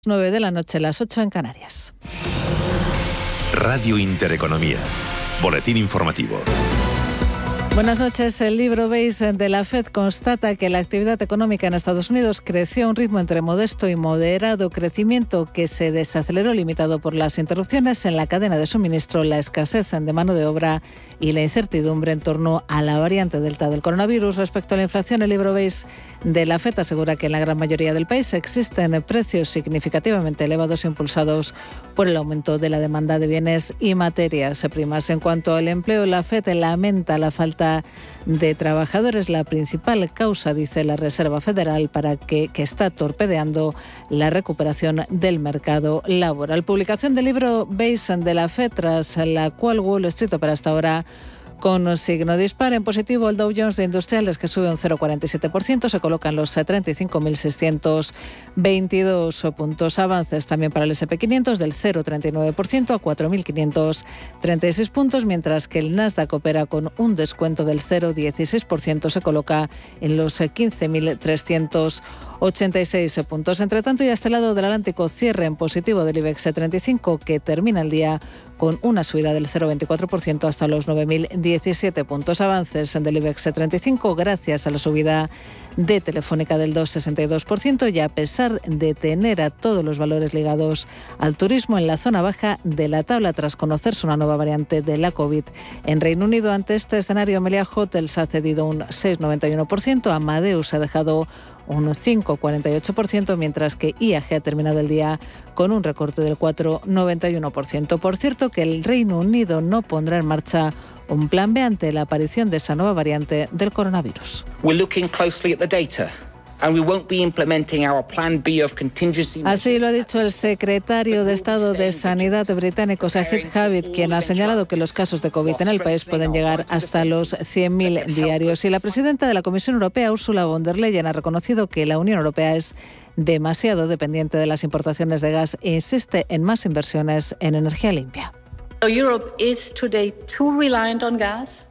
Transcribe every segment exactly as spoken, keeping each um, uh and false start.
nueve de la noche, las ocho en Canarias. Radio Intereconomía. Boletín informativo. Buenas noches. El libro Base de la Fed constata que la actividad económica en Estados Unidos creció a un ritmo entre modesto y moderado crecimiento que se desaceleró limitado por las interrupciones en la cadena de suministro, la escasez de mano de obra y la incertidumbre en torno a la variante Delta del coronavirus. Respecto a la inflación, el libro Base de la Fed asegura que en la gran mayoría del país existen precios significativamente elevados impulsados por el aumento de la demanda de bienes y materias primas. En cuanto al empleo, la Fed lamenta la falta de trabajadores, la principal causa, dice la Reserva Federal, para que, que está torpedeando la recuperación del mercado laboral. Publicación del libro Base de la Fed, tras la cual Wall Street opera hasta ahora con signo dispar. En positivo, el Dow Jones de Industriales, que sube un cero coma cuarenta y siete por ciento, se coloca en los treinta y cinco mil seiscientos veintidós puntos. Avances también para el ese and pe quinientos del cero coma treinta y nueve por ciento a cuatro mil quinientos treinta y seis puntos, mientras que el Nasdaq opera con un descuento del cero coma dieciséis por ciento, se coloca en los quince mil trescientos ochenta y seis puntos. Entre tanto, y a este lado del Atlántico, cierre en positivo del IBEX treinta y cinco, que termina el día con una subida del cero coma veinticuatro por ciento hasta los nueve mil diecisiete puntos. Avances del IBEX treinta y cinco gracias a la subida de Telefónica del dos coma sesenta y dos por ciento y a pesar de tener a todos los valores ligados al turismo en la zona baja de la tabla tras conocerse una nueva variante de la COVID en Reino Unido. Ante este escenario, Meliá Hotels ha cedido un seis coma noventa y uno por ciento, Amadeus ha dejado un cinco coma cuarenta y ocho por ciento, mientras que I A G ha terminado el día con un recorte del cuatro coma noventa y uno por ciento. Por cierto, que el Reino Unido no pondrá en marcha un plan B ante la aparición de esa nueva variante del coronavirus. We're looking closely at the data. And we won't be implementing our plan B of contingency measures. Así lo ha dicho el secretario de Estado de Sanidad británico, Sajid Javid, quien ha señalado que los casos de COVID en el país pueden llegar hasta los cien mil diarios. Y la presidenta de la Comisión Europea, Ursula von der Leyen, ha reconocido que la Unión Europea es demasiado dependiente de las importaciones de gas e insiste en más inversiones en energía limpia. Europe is today too reliant on gas.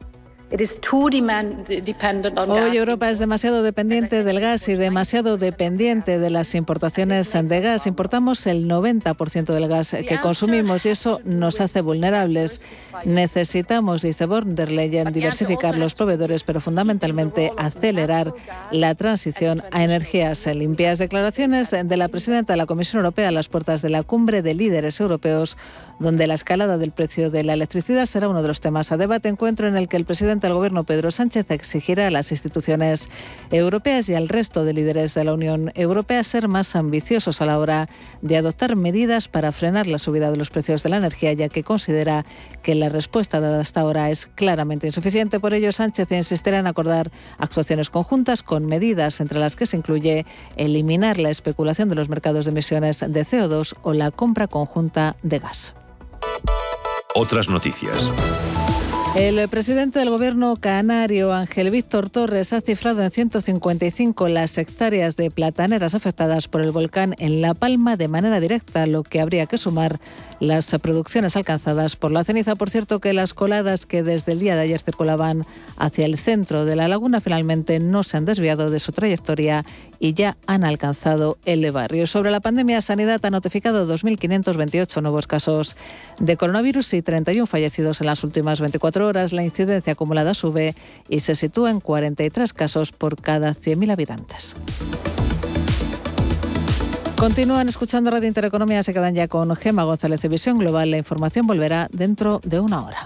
Hoy Europa es demasiado dependiente del gas y demasiado dependiente de las importaciones de gas. Importamos el noventa por ciento del gas que consumimos y eso nos hace vulnerables. Necesitamos, dice von der Leyen, diversificar los proveedores, pero fundamentalmente acelerar la transición a energías limpias. Declaraciones de la presidenta de la Comisión Europea a las puertas de la cumbre de líderes europeos, donde la escalada del precio de la electricidad será uno de los temas a debate. Encuentro en el que el presidente del Gobierno, Pedro Sánchez, exigirá a las instituciones europeas y al resto de líderes de la Unión Europea ser más ambiciosos a la hora de adoptar medidas para frenar la subida de los precios de la energía, ya que considera que la respuesta dada hasta ahora es claramente insuficiente. Por ello, Sánchez insistirá en acordar actuaciones conjuntas con medidas entre las que se incluye eliminar la especulación de los mercados de emisiones de C O dos o la compra conjunta de gas. Otras noticias. El presidente del Gobierno canario, Ángel Víctor Torres, ha cifrado en ciento cincuenta y cinco las hectáreas de plataneras afectadas por el volcán en La Palma de manera directa, lo que habría que sumar las producciones alcanzadas por la ceniza. Por cierto, que las coladas que desde el día de ayer circulaban hacia el centro de la laguna finalmente no se han desviado de su trayectoria y ya han alcanzado el barrio. Sobre la pandemia, Sanidad ha notificado dos mil quinientos veintiocho nuevos casos de coronavirus y treinta y uno fallecidos en las últimas veinticuatro horas. La incidencia acumulada sube y se sitúa en cuarenta y tres casos por cada cien mil habitantes. Continúan escuchando Radio Intereconomía, se quedan ya con Gema González de Visión Global. La información volverá dentro de una hora.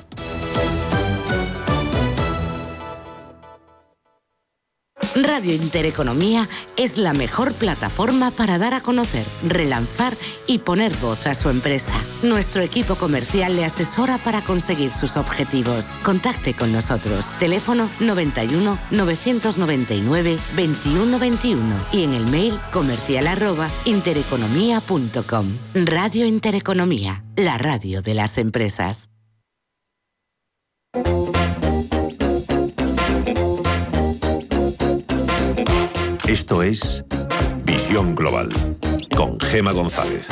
Radio Intereconomía es la mejor plataforma para dar a conocer, relanzar y poner voz a su empresa. Nuestro equipo comercial le asesora para conseguir sus objetivos. Contacte con nosotros. Teléfono noventa y uno, novecientos noventa y nueve, veintiuno veintiuno y en el mail comercial arroba intereconomía punto com. Radio Intereconomía, la radio de las empresas. Esto es Visión Global, con Gema González.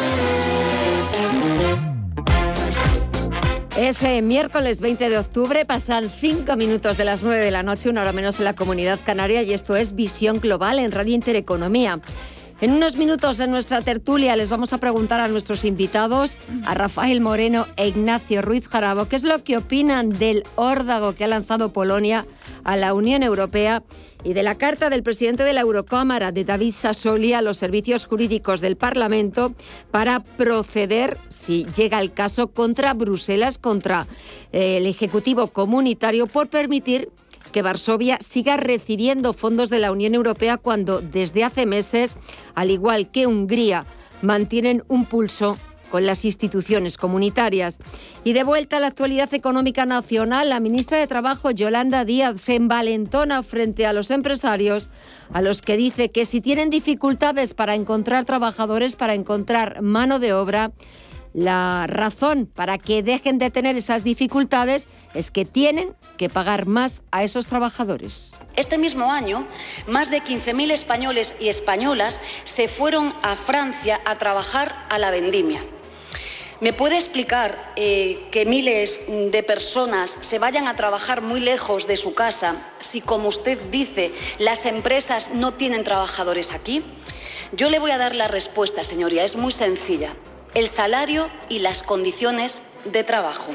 Es eh, miércoles veinte de octubre, pasan cinco minutos de las nueve de la noche, una hora menos en la Comunidad Canaria, y esto es Visión Global en Radio Intereconomía. En unos minutos en nuestra tertulia les vamos a preguntar a nuestros invitados, a Rafael Moreno e Ignacio Ruiz Jarabo, qué es lo que opinan del órdago que ha lanzado Polonia a la Unión Europea y de la carta del presidente de la Eurocámara, de David Sassoli, a los servicios jurídicos del Parlamento para proceder, si llega el caso, contra Bruselas, contra eh, el Ejecutivo Comunitario, por permitir que Varsovia siga recibiendo fondos de la Unión Europea cuando desde hace meses, al igual que Hungría, mantienen un pulso con las instituciones comunitarias. Y de vuelta a la actualidad económica nacional, la ministra de Trabajo, Yolanda Díaz, se envalentona frente a los empresarios, a los que dice que si tienen dificultades para encontrar trabajadores, para encontrar mano de obra, la razón para que dejen de tener esas dificultades es que tienen que pagar más a esos trabajadores. Este mismo año, más de quince mil españoles y españolas se fueron a Francia a trabajar a la vendimia. ¿Me puede explicar eh, que miles de personas se vayan a trabajar muy lejos de su casa si, como usted dice, las empresas no tienen trabajadores aquí? Yo le voy a dar la respuesta, señoría, es muy sencilla. El salario y las condiciones de trabajo.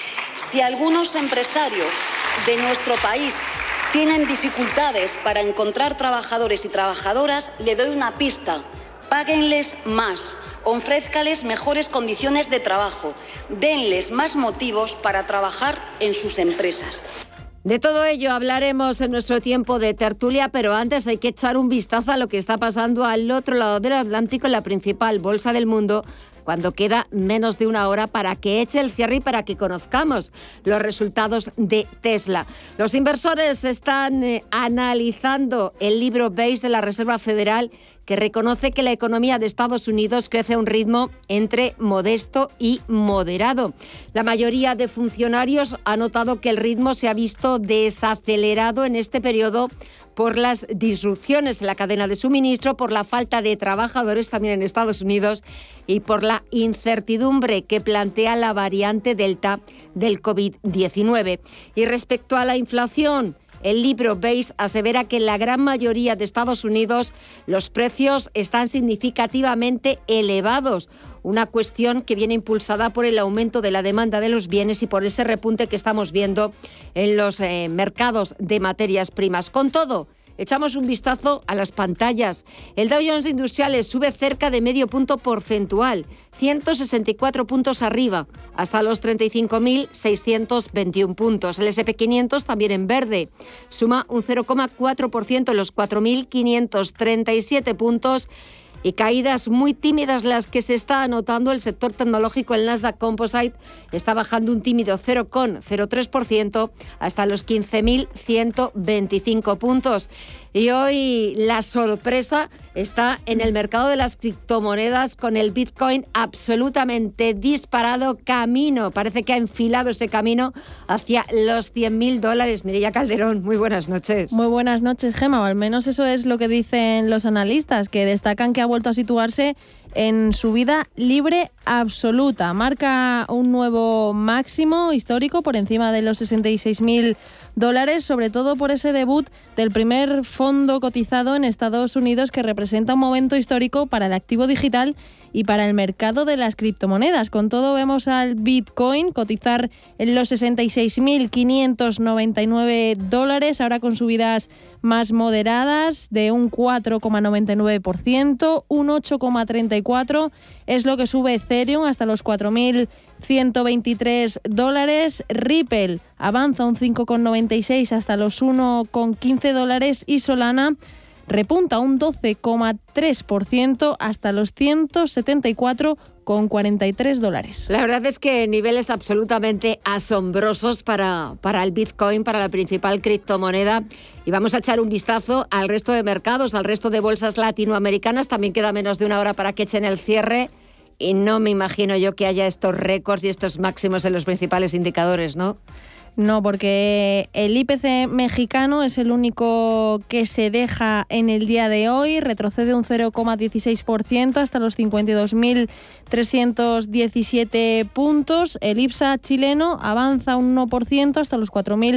Si algunos empresarios de nuestro país tienen dificultades para encontrar trabajadores y trabajadoras, le doy una pista. Páguenles más, ofrézcales mejores condiciones de trabajo, denles más motivos para trabajar en sus empresas. De todo ello hablaremos en nuestro tiempo de tertulia, pero antes hay que echar un vistazo a lo que está pasando al otro lado del Atlántico, en la principal bolsa del mundo, cuando queda menos de una hora para que eche el cierre y para que conozcamos los resultados de Tesla. Los inversores están eh, analizando el libro Base de la Reserva Federal, que reconoce que la economía de Estados Unidos crece a un ritmo entre modesto y moderado. La mayoría de funcionarios ha notado que el ritmo se ha visto desacelerado en este periodo por las disrupciones en la cadena de suministro, por la falta de trabajadores también en Estados Unidos y por la incertidumbre que plantea la variante Delta del COVID diecinueve. Y respecto a la inflación, el libro Base asevera que en la gran mayoría de Estados Unidos los precios están significativamente elevados, una cuestión que viene impulsada por el aumento de la demanda de los bienes y por ese repunte que estamos viendo en los eh, mercados de materias primas. Con todo, echamos un vistazo a las pantallas. El Dow Jones Industriales sube cerca de medio punto porcentual, ciento sesenta y cuatro puntos arriba, hasta los treinta y cinco mil seiscientos veintiuno puntos. El ese and pe quinientos también en verde, suma un cero coma cuatro por ciento en los cuatro mil quinientos treinta y siete puntos. Y caídas muy tímidas las que se está anotando el sector tecnológico. El Nasdaq Composite está bajando un tímido cero coma cero tres por ciento hasta los quince mil ciento veinticinco puntos. Y hoy la sorpresa está en el mercado de las criptomonedas, con el Bitcoin absolutamente disparado camino. Parece que ha enfilado ese camino hacia los cien mil dólares. Mireia Calderón, muy buenas noches. Muy buenas noches, Gema, o al menos eso es lo que dicen los analistas, que destacan que ha vuelto a situarse en subida libre absoluta. Marca un nuevo máximo histórico por encima de los sesenta y seis mil dólares, sobre todo por ese debut del primer fondo cotizado en Estados Unidos, que representa un momento histórico para el activo digital y para el mercado de las criptomonedas. Con todo, vemos al Bitcoin cotizar en los sesenta y seis mil quinientos noventa y nueve dólares, ahora con subidas más moderadas de un cuatro coma noventa y nueve por ciento, un ocho coma treinta y cuatro por ciento es lo que sube Ethereum hasta los cuatro mil ciento veintitrés dólares, Ripple avanza un cinco coma noventa y seis hasta los uno coma quince dólares y Solana repunta un doce coma tres por ciento hasta los ciento setenta y cuatro coma cuarenta y tres dólares. La verdad es que niveles absolutamente asombrosos para, para el Bitcoin, para la principal criptomoneda. Y vamos a echar un vistazo al resto de mercados, al resto de bolsas latinoamericanas. También queda menos de una hora para que echen el cierre. Y no me imagino yo que haya estos récords y estos máximos en los principales indicadores, ¿no? No, porque el I P C mexicano es el único que se deja en el día de hoy, retrocede un cero coma dieciséis por ciento hasta los cincuenta y dos mil trescientos diecisiete puntos. El IPSA chileno avanza un uno por ciento hasta los cuatro mil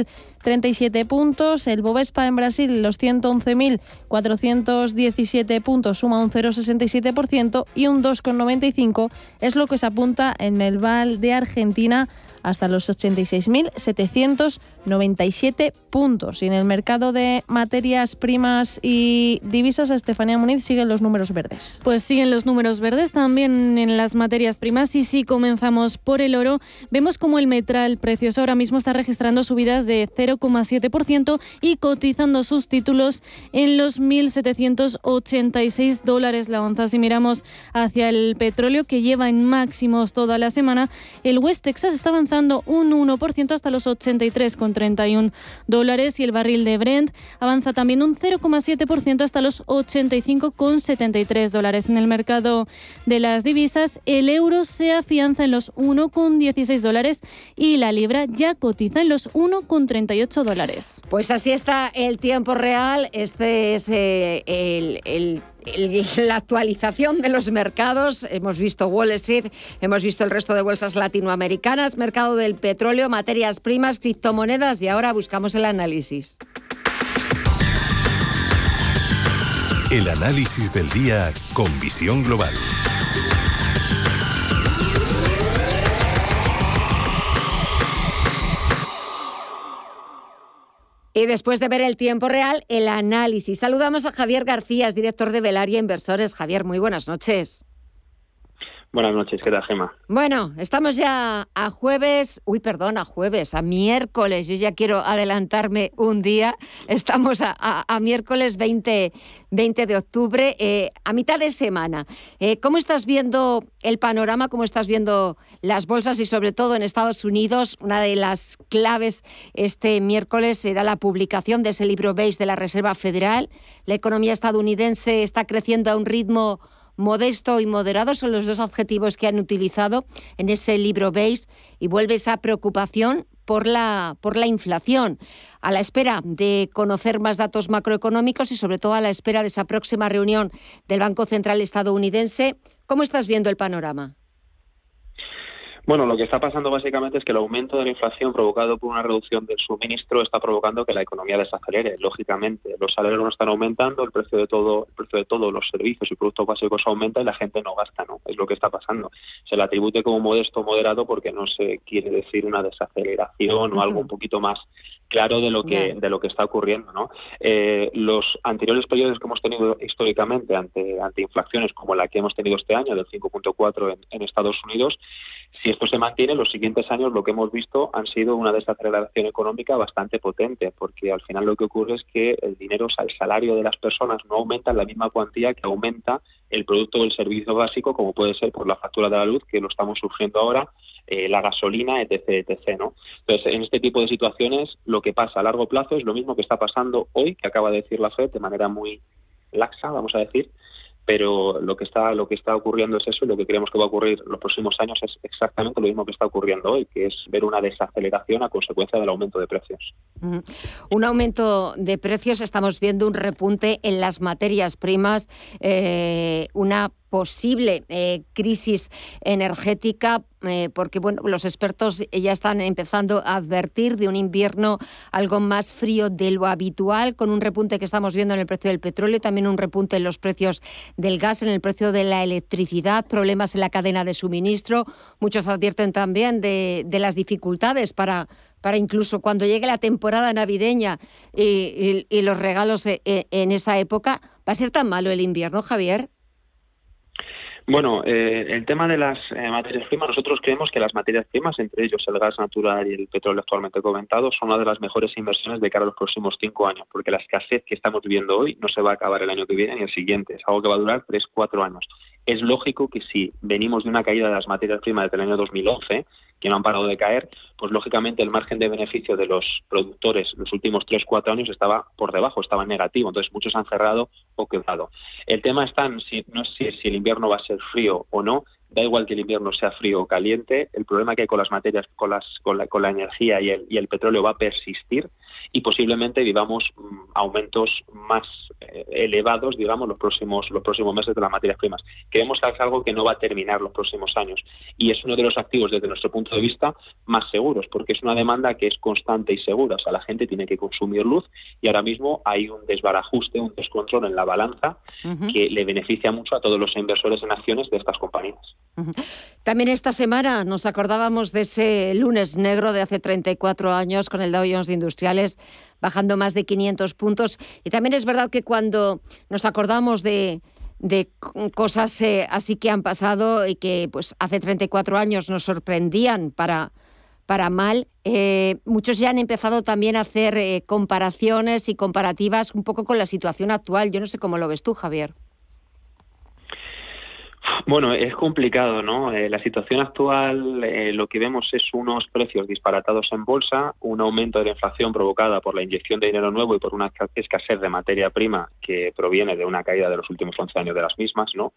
treinta y siete puntos. El Bovespa en Brasil, los ciento once mil cuatrocientos diecisiete puntos, suma un cero coma sesenta y siete por ciento y un dos coma noventa y cinco por ciento es lo que se apunta en el Val de Argentina hasta los ochenta y seis mil setecientos noventa y siete puntos. Y en el mercado de materias primas y divisas, Estefanía Muniz, siguen los números verdes. Pues siguen los números verdes también en las materias primas. Y si comenzamos por el oro, vemos como el metral precioso ahora mismo está registrando subidas de cero coma siete por ciento y cotizando sus títulos en los mil setecientos ochenta y seis dólares la onza. Si miramos hacia el petróleo, que lleva en máximos toda la semana, el West Texas está avanzando un uno por ciento hasta los ochenta y tres coma treinta y uno dólares y el barril de Brent avanza también un cero coma siete por ciento hasta los ochenta y cinco coma setenta y tres dólares. En el mercado de las divisas, el euro se afianza en los uno coma dieciséis dólares y la libra ya cotiza en los uno coma treinta y ocho dólares. Pues así está el tiempo real. Este es eh, el... el... la actualización de los mercados. Hemos visto Wall Street, hemos visto el resto de bolsas latinoamericanas, mercado del petróleo, materias primas, criptomonedas y ahora buscamos el análisis. El análisis del día con Visión Global. Y después de ver el tiempo real, el análisis. Saludamos a Javier García, es director de Velaria Inversores. Javier, muy buenas noches. Buenas noches, ¿qué tal, Gema? Bueno, estamos ya a jueves, uy, perdón, a jueves, a miércoles. Yo ya quiero adelantarme un día. Estamos a, a, a miércoles veinte de octubre, eh, a mitad de semana. Eh, ¿Cómo estás viendo el panorama? ¿Cómo estás viendo las bolsas y sobre todo en Estados Unidos? Una de las claves este miércoles era la publicación de ese libro beige de la Reserva Federal. La economía estadounidense está creciendo a un ritmo modesto y moderado, son los dos adjetivos que han utilizado en ese libro beige, y vuelve esa preocupación por la, por la inflación, a la espera de conocer más datos macroeconómicos y sobre todo a la espera de esa próxima reunión del Banco Central estadounidense. ¿Cómo estás viendo el panorama? Bueno, lo que está pasando básicamente es que el aumento de la inflación provocado por una reducción del suministro está provocando que la economía desacelere. Lógicamente, los salarios no están aumentando, el precio de todo, el precio de todos los servicios y productos básicos aumenta y la gente no gasta, ¿no? Es lo que está pasando. Se le atribuye como modesto o moderado porque no se quiere decir una desaceleración o algo un poquito más claro de lo que de lo que está ocurriendo, ¿no? Eh, los anteriores periodos que hemos tenido históricamente ante ante inflaciones como la que hemos tenido este año del cinco punto cuatro en, en Estados Unidos, si esto se mantiene, los siguientes años lo que hemos visto han sido una desaceleración económica bastante potente, porque al final lo que ocurre es que el dinero, o sea, el salario de las personas no aumenta en la misma cuantía que aumenta el producto del servicio básico, como puede ser por la factura de la luz, que lo estamos sufriendo ahora, eh, la gasolina, etc, etc, ¿no? Entonces, en este tipo de situaciones, lo que pasa a largo plazo es lo mismo que está pasando hoy, que acaba de decir la Fed de manera muy laxa, vamos a decir, pero lo que está lo que está ocurriendo es eso, y lo que creemos que va a ocurrir los próximos años es exactamente lo mismo que está ocurriendo hoy, que es ver una desaceleración a consecuencia del aumento de precios. Mm. Un aumento de precios, estamos viendo un repunte en las materias primas, eh, una posible eh, crisis energética, eh, porque bueno, los expertos ya están empezando a advertir de un invierno algo más frío de lo habitual, con un repunte que estamos viendo en el precio del petróleo, también un repunte en los precios del gas, en el precio de la electricidad, problemas en la cadena de suministro. Muchos advierten también de, de las dificultades para para incluso cuando llegue la temporada navideña y, y, y los regalos en, en esa época. ¿Va a ser tan malo el invierno, Javier? Bueno, eh, el tema de las eh, materias primas, nosotros creemos que las materias primas, entre ellos el gas natural y el petróleo actualmente comentado, son una de las mejores inversiones de cara a los próximos cinco años, porque la escasez que estamos viviendo hoy no se va a acabar el año que viene ni el siguiente, es algo que va a durar tres, cuatro años. Es lógico que si venimos de una caída de las materias primas desde el año dos mil once, que no han parado de caer, pues lógicamente el margen de beneficio de los productores los últimos tres, cuatro años estaba por debajo, estaba en negativo, entonces muchos han cerrado o quebrado. El tema está en si, no es si, si el invierno va a ser frío o no, da igual que el invierno sea frío o caliente, el problema que hay con las materias, con las con la, con la energía y el, y el petróleo va a persistir, y posiblemente vivamos mm, aumentos más eh, elevados, digamos, los próximos los próximos meses de las materias primas. Creemos que es algo que no va a terminar los próximos años y es uno de los activos desde nuestro punto de vista más seguros, porque es una demanda que es constante y segura. O sea, la gente tiene que consumir luz y ahora mismo hay un desbarajuste, un descontrol en la balanza uh-huh. que le beneficia mucho a todos los inversores en acciones de estas compañías. Uh-huh. También esta semana nos acordábamos de ese lunes negro de hace treinta y cuatro años con el Dow Jones de Industriales bajando más de quinientos puntos. Y también es verdad que cuando nos acordamos de, de cosas eh, así que han pasado y que pues hace treinta y cuatro años nos sorprendían para, para mal, eh, muchos ya han empezado también a hacer eh, comparaciones y comparativas un poco con la situación actual. Yo no sé cómo lo ves tú, Javier. Bueno, es complicado, ¿no? Eh, la situación actual, eh, lo que vemos es unos precios disparatados en bolsa, un aumento de la inflación provocada por la inyección de dinero nuevo y por una escasez de materia prima que proviene de una caída de los últimos once años de las mismas, ¿no?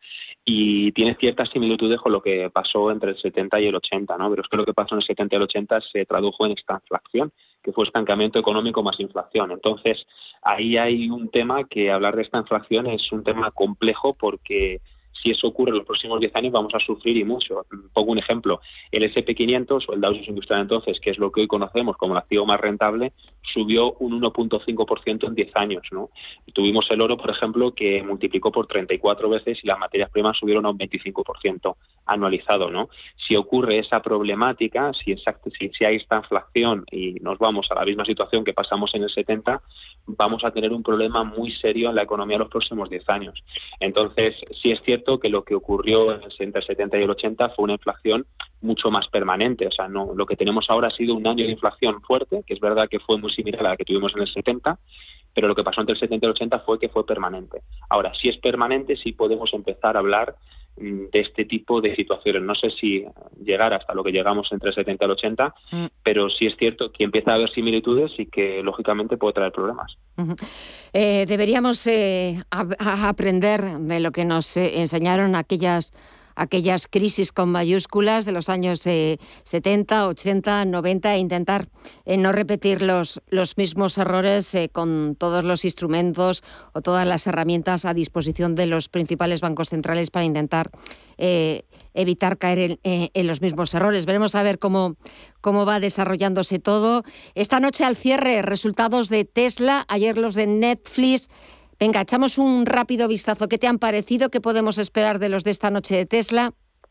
Y tiene ciertas similitudes con lo que pasó entre el setenta y el ochenta, ¿no? Pero es que lo que pasó en el setenta y el ochenta se tradujo en estanflación, que fue estancamiento económico más inflación. Entonces, ahí hay un tema que hablar de esta inflación es un tema complejo porque si eso ocurre en los próximos diez años vamos a sufrir y mucho. Pongo un ejemplo, el ese and pe quinientos o el Dow Jones Industrial entonces, que es lo que hoy conocemos como el activo más rentable, subió un uno punto cinco por ciento en diez años, ¿no? Y tuvimos el oro, por ejemplo, que multiplicó por treinta y cuatro veces y las materias primas subieron a un veinticinco por ciento anualizado, ¿no? Si ocurre esa problemática, si, exacto, si, si hay esta inflación y nos vamos a la misma situación que pasamos en el setenta, vamos a tener un problema muy serio en la economía en los próximos diez años. Entonces, sí es cierto que lo que ocurrió entre el setenta y el ochenta fue una inflación mucho más permanente. O sea, no, lo que tenemos ahora ha sido un año de inflación fuerte, que es verdad que fue muy similar a la que tuvimos en el setenta, pero lo que pasó entre el setenta y el ochenta fue que fue permanente. Ahora, si es permanente, sí podemos empezar a hablar de este tipo de situaciones. No sé si llegar hasta lo que llegamos entre el setenta y el ochenta, mm. pero sí es cierto que empieza a haber similitudes y que, lógicamente, puede traer problemas. Uh-huh. Eh, deberíamos eh, a, a aprender de lo que nos eh, enseñaron aquellas aquellas crisis con mayúsculas de los años eh, setenta, ochenta, noventa e intentar eh, no repetir los, los mismos errores eh, con todos los instrumentos o todas las herramientas a disposición de los principales bancos centrales para intentar eh, evitar caer en, eh, en los mismos errores. Veremos a ver cómo, cómo va desarrollándose todo. Esta noche al cierre, resultados de Tesla, ayer los de Netflix. Venga, echamos un rápido vistazo. ¿Qué te han parecido? ¿Qué podemos esperar de los de esta noche de Tesla?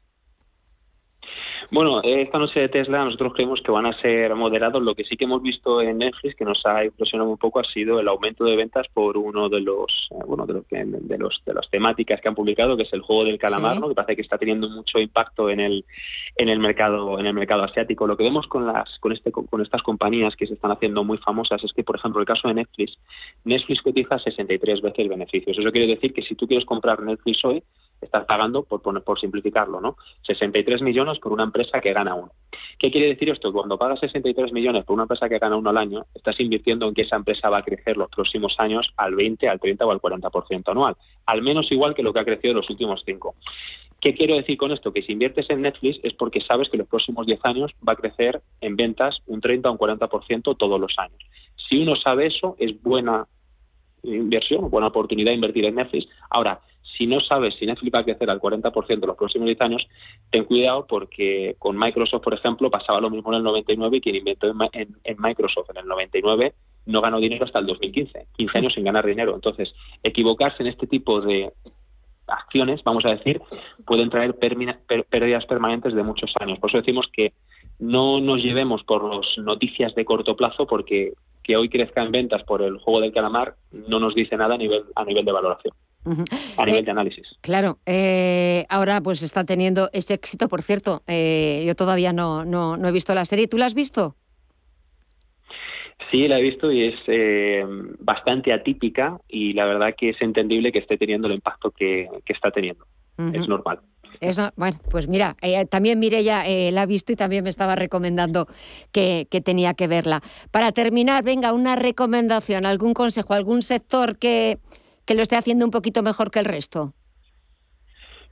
Bueno, esta noche de Tesla nosotros creemos que van a ser moderados. Lo que sí que hemos visto en Netflix, que nos ha impresionado un poco, ha sido el aumento de ventas por uno de los bueno de los de los de las temáticas que han publicado, que es el juego del calamar, sí. ¿no? Que parece que está teniendo mucho impacto en el en el mercado en el mercado asiático. Lo que vemos con las con este con estas compañías que se están haciendo muy famosas es que, por ejemplo, el caso de Netflix, Netflix cotiza sesenta y tres veces beneficios. Eso quiere decir que si tú quieres comprar Netflix hoy, estás pagando, por poner, por simplificarlo, ¿no? sesenta y tres millones por una empresa que gana uno. ¿Qué quiere decir esto? Cuando pagas sesenta y tres millones por una empresa que gana uno al año, estás invirtiendo en que esa empresa va a crecer los próximos años al veinte, al treinta o al cuarenta por ciento anual. Al menos igual que lo que ha crecido en los últimos cinco. ¿Qué quiero decir con esto? Que si inviertes en Netflix es porque sabes que los próximos diez años va a crecer en ventas un treinta o un cuarenta por ciento todos los años. Si uno sabe eso, es buena inversión, buena oportunidad de invertir en Netflix. Ahora, si no sabes si Netflix va a crecer al cuarenta por ciento en los próximos diez años, ten cuidado porque con Microsoft, por ejemplo, pasaba lo mismo en el noventa y nueve y quien inventó en, en, en Microsoft en el noventa y nueve no ganó dinero hasta el dos mil quince, quince años sin ganar dinero. Entonces, equivocarse en este tipo de acciones, vamos a decir, pueden traer permina, per, pérdidas permanentes de muchos años. Por eso decimos que no nos llevemos por las noticias de corto plazo, porque que hoy crezca en ventas por el juego del calamar no nos dice nada a nivel, a nivel de valoración. Uh-huh. A nivel eh, de análisis. Claro, eh, ahora pues está teniendo ese éxito, por cierto. Eh, yo todavía no, no, no he visto la serie. ¿Tú la has visto? Sí, la he visto y es eh, bastante atípica y la verdad que es entendible que esté teniendo el impacto que, que está teniendo. Uh-huh. Es normal. Es, bueno, pues mira, eh, también Mireia eh, la ha visto y también me estaba recomendando que, que tenía que verla. Para terminar, venga, una recomendación, algún consejo, algún sector que... que lo esté haciendo un poquito mejor que el resto.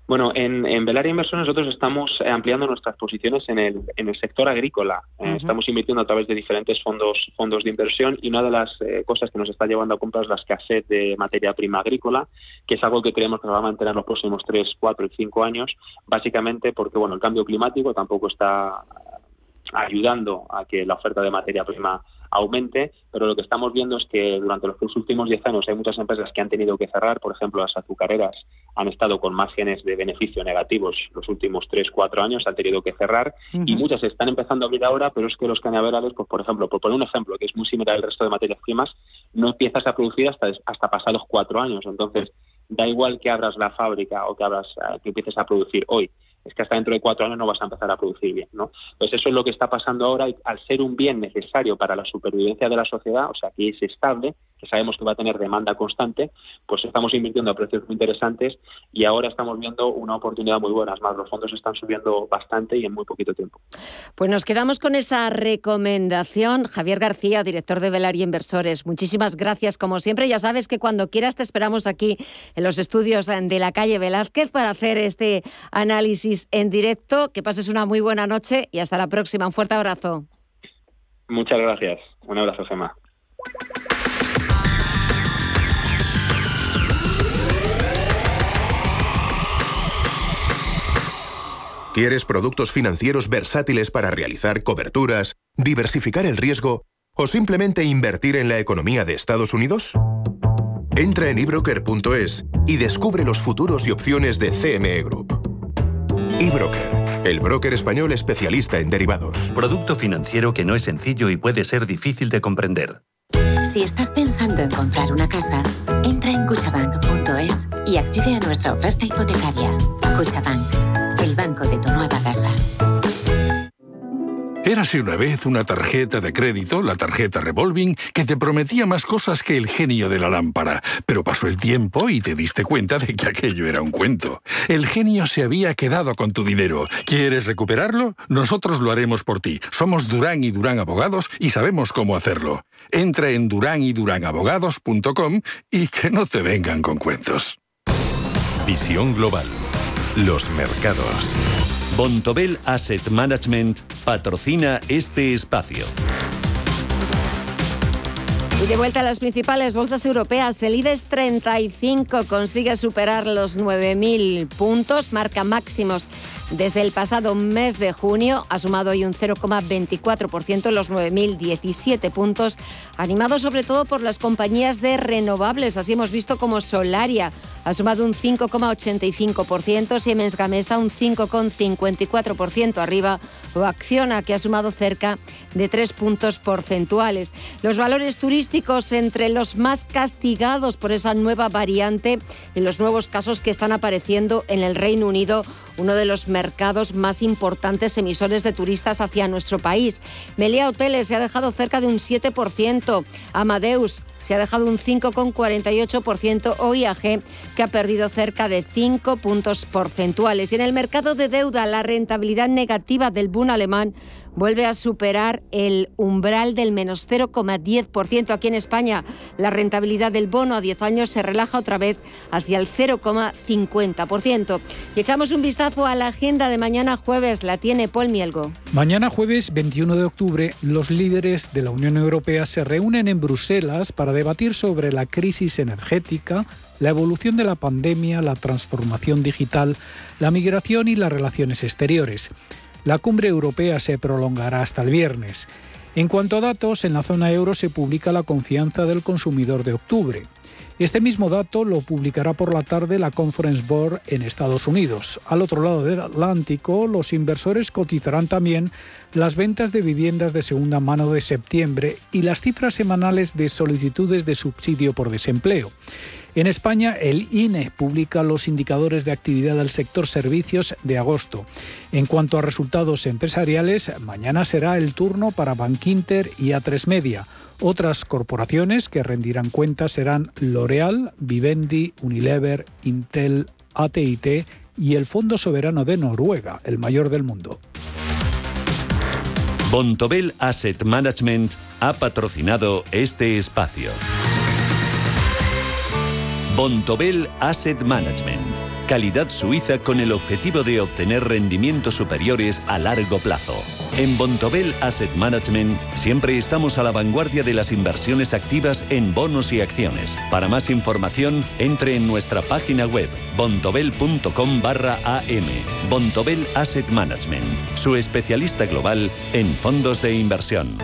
Bueno, en, en Velaria Inversor nosotros estamos ampliando nuestras posiciones en el, en el sector agrícola. Uh-huh. Eh, estamos invirtiendo a través de diferentes fondos fondos de inversión y una de las eh, cosas que nos está llevando a comprar es la escasez de materia prima agrícola, que es algo que creemos que nos va a mantener los próximos tres, cuatro y cinco años, básicamente porque bueno, el cambio climático tampoco está ayudando a que la oferta de materia prima aumente, pero lo que estamos viendo es que durante los últimos diez años hay muchas empresas que han tenido que cerrar. Por ejemplo, las azucareras han estado con márgenes de beneficio negativos los últimos tres, cuatro años, han tenido que cerrar, uh-huh. y muchas están empezando a abrir ahora, pero es que los cañaverales, pues por ejemplo, por poner un ejemplo que es muy similar al resto de materias primas, no empiezas a producir hasta, hasta pasados cuatro años. Entonces, da igual que abras la fábrica o que abras que empieces a producir hoy, es que hasta dentro de cuatro años no vas a empezar a producir bien, ¿no? Pues eso es lo que está pasando ahora, y al ser un bien necesario para la supervivencia de la sociedad, o sea, que es estable, que sabemos que va a tener demanda constante, pues estamos invirtiendo a precios muy interesantes y ahora estamos viendo una oportunidad muy buena. Es más, los fondos están subiendo bastante y en muy poquito tiempo. Pues nos quedamos con esa recomendación. Javier García, director de Velaria Inversores, muchísimas gracias como siempre. Ya sabes que cuando quieras te esperamos aquí en los estudios de la calle Velázquez para hacer este análisis en directo. Que pases una muy buena noche y hasta la próxima. Un fuerte abrazo. Muchas gracias. Un abrazo, Gemma. ¿Quieres productos financieros versátiles para realizar coberturas, diversificar el riesgo o simplemente invertir en la economía de Estados Unidos? Entra en ebroker punto es y descubre los futuros y opciones de C M E Group. eBroker, el broker español especialista en derivados. Producto financiero que no es sencillo y puede ser difícil de comprender. Si estás pensando en comprar una casa, entra en cuchabank punto es y accede a nuestra oferta hipotecaria. Cuchabank, el banco de tu nueva casa. Érase una vez una tarjeta de crédito, la tarjeta Revolving, que te prometía más cosas que el genio de la lámpara. Pero pasó el tiempo y te diste cuenta de que aquello era un cuento. El genio se había quedado con tu dinero. ¿Quieres recuperarlo? Nosotros lo haremos por ti. Somos Durán y Durán Abogados y sabemos cómo hacerlo. Entra en durán y durán abogados punto com y que no te vengan con cuentos. Visión global. Los mercados. Bontobel Asset Management patrocina este espacio. Y de vuelta a las principales bolsas europeas, el IBEX treinta y cinco consigue superar los nueve mil puntos, marca máximos desde el pasado mes de junio, ha sumado hoy un cero coma veinticuatro por ciento en los nueve mil diecisiete puntos, animado sobre todo por las compañías de renovables. Así hemos visto como Solaria ha sumado un cinco coma ochenta y cinco por ciento, Siemens Gamesa un cinco coma cincuenta y cuatro por ciento arriba, o Acciona, que ha sumado cerca de tres puntos porcentuales. Los valores turísticos entre los más castigados por esa nueva variante y los nuevos casos que están apareciendo en el Reino Unido, uno de los mercados más importantes emisores de turistas hacia nuestro país. Meliá Hoteles se ha dejado cerca de un siete por ciento, Amadeus se ha dejado un cinco coma cuarenta y ocho por ciento o I A G, que ha perdido cerca de cinco puntos porcentuales. Y en el mercado de deuda, la rentabilidad negativa del Bund alemán vuelve a superar el umbral del menos cero coma diez por ciento. Aquí en España, la rentabilidad del bono a diez años se relaja otra vez hacia el cero coma cincuenta por ciento. Y echamos un vistazo a la agenda de mañana jueves. La tiene Paul Mielgo. Mañana jueves veintiuno de octubre, los líderes de la Unión Europea se reúnen en Bruselas para debatir sobre la crisis energética, la evolución de la pandemia, la transformación digital, la migración y las relaciones exteriores. La cumbre europea se prolongará hasta el viernes. En cuanto a datos, en la zona euro se publica la confianza del consumidor de octubre. Este mismo dato lo publicará por la tarde la Conference Board en Estados Unidos. Al otro lado del Atlántico, los inversores cotizarán también las ventas de viviendas de segunda mano de septiembre y las cifras semanales de solicitudes de subsidio por desempleo. En España, el I N E publica los indicadores de actividad del sector servicios de agosto. En cuanto a resultados empresariales, mañana será el turno para Bankinter y A tres Media. Otras corporaciones que rendirán cuentas serán L'Oréal, Vivendi, Unilever, Intel, A T y T y el Fondo Soberano de Noruega, el mayor del mundo. Bontobel Asset Management ha patrocinado este espacio. Bontobel Asset Management. calidad suiza con el objetivo de obtener rendimientos superiores a largo plazo. En Bontobel Asset Management siempre estamos a la vanguardia de las inversiones activas en bonos y acciones. Para más información, entre en nuestra página web bontobel punto com barra a m. Bontobel Asset Management, su especialista global en fondos de inversión.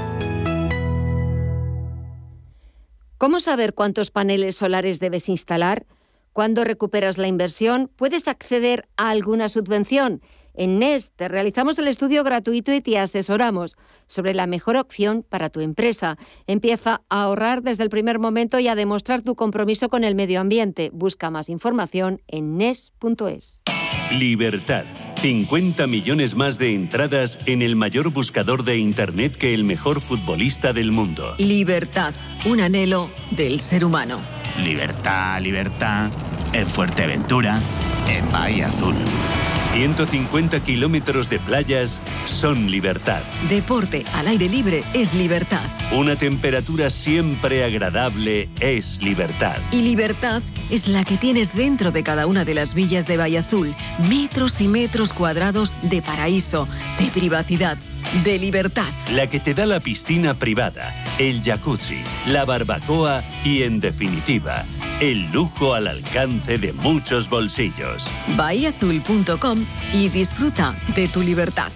¿Cómo saber cuántos paneles solares debes instalar? ¿Cuándo recuperas la inversión? ¿Puedes acceder a alguna subvención? En Nest te realizamos el estudio gratuito y te asesoramos sobre la mejor opción para tu empresa. Empieza a ahorrar desde el primer momento y a demostrar tu compromiso con el medio ambiente. Busca más información en nest punto es. Libertad. cincuenta millones más de entradas en el mayor buscador de Internet que el mejor futbolista del mundo. Libertad, un anhelo del ser humano. Libertad, libertad, en Fuerteventura, en Bahía Azul. ciento cincuenta kilómetros de playas son libertad. Deporte al aire libre es libertad. Una temperatura siempre agradable es libertad. Y libertad es la que tienes dentro de cada una de las villas de Bahía Azul. Metros y metros cuadrados de paraíso, de privacidad, de libertad. La que te da la piscina privada, el jacuzzi, la barbacoa y, en definitiva, el lujo al alcance de muchos bolsillos. bahía azul punto com y disfruta de tu libertad.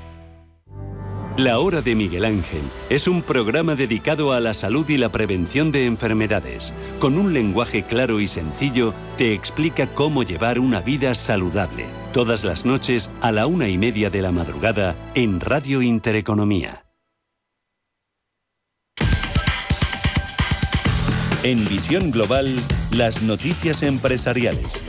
La Hora de Miguel Ángel es un programa dedicado a la salud y la prevención de enfermedades. Con un lenguaje claro y sencillo, te explica cómo llevar una vida saludable. Todas las noches a la una y media de la madrugada en Radio Intereconomía. En Visión Global, las noticias empresariales.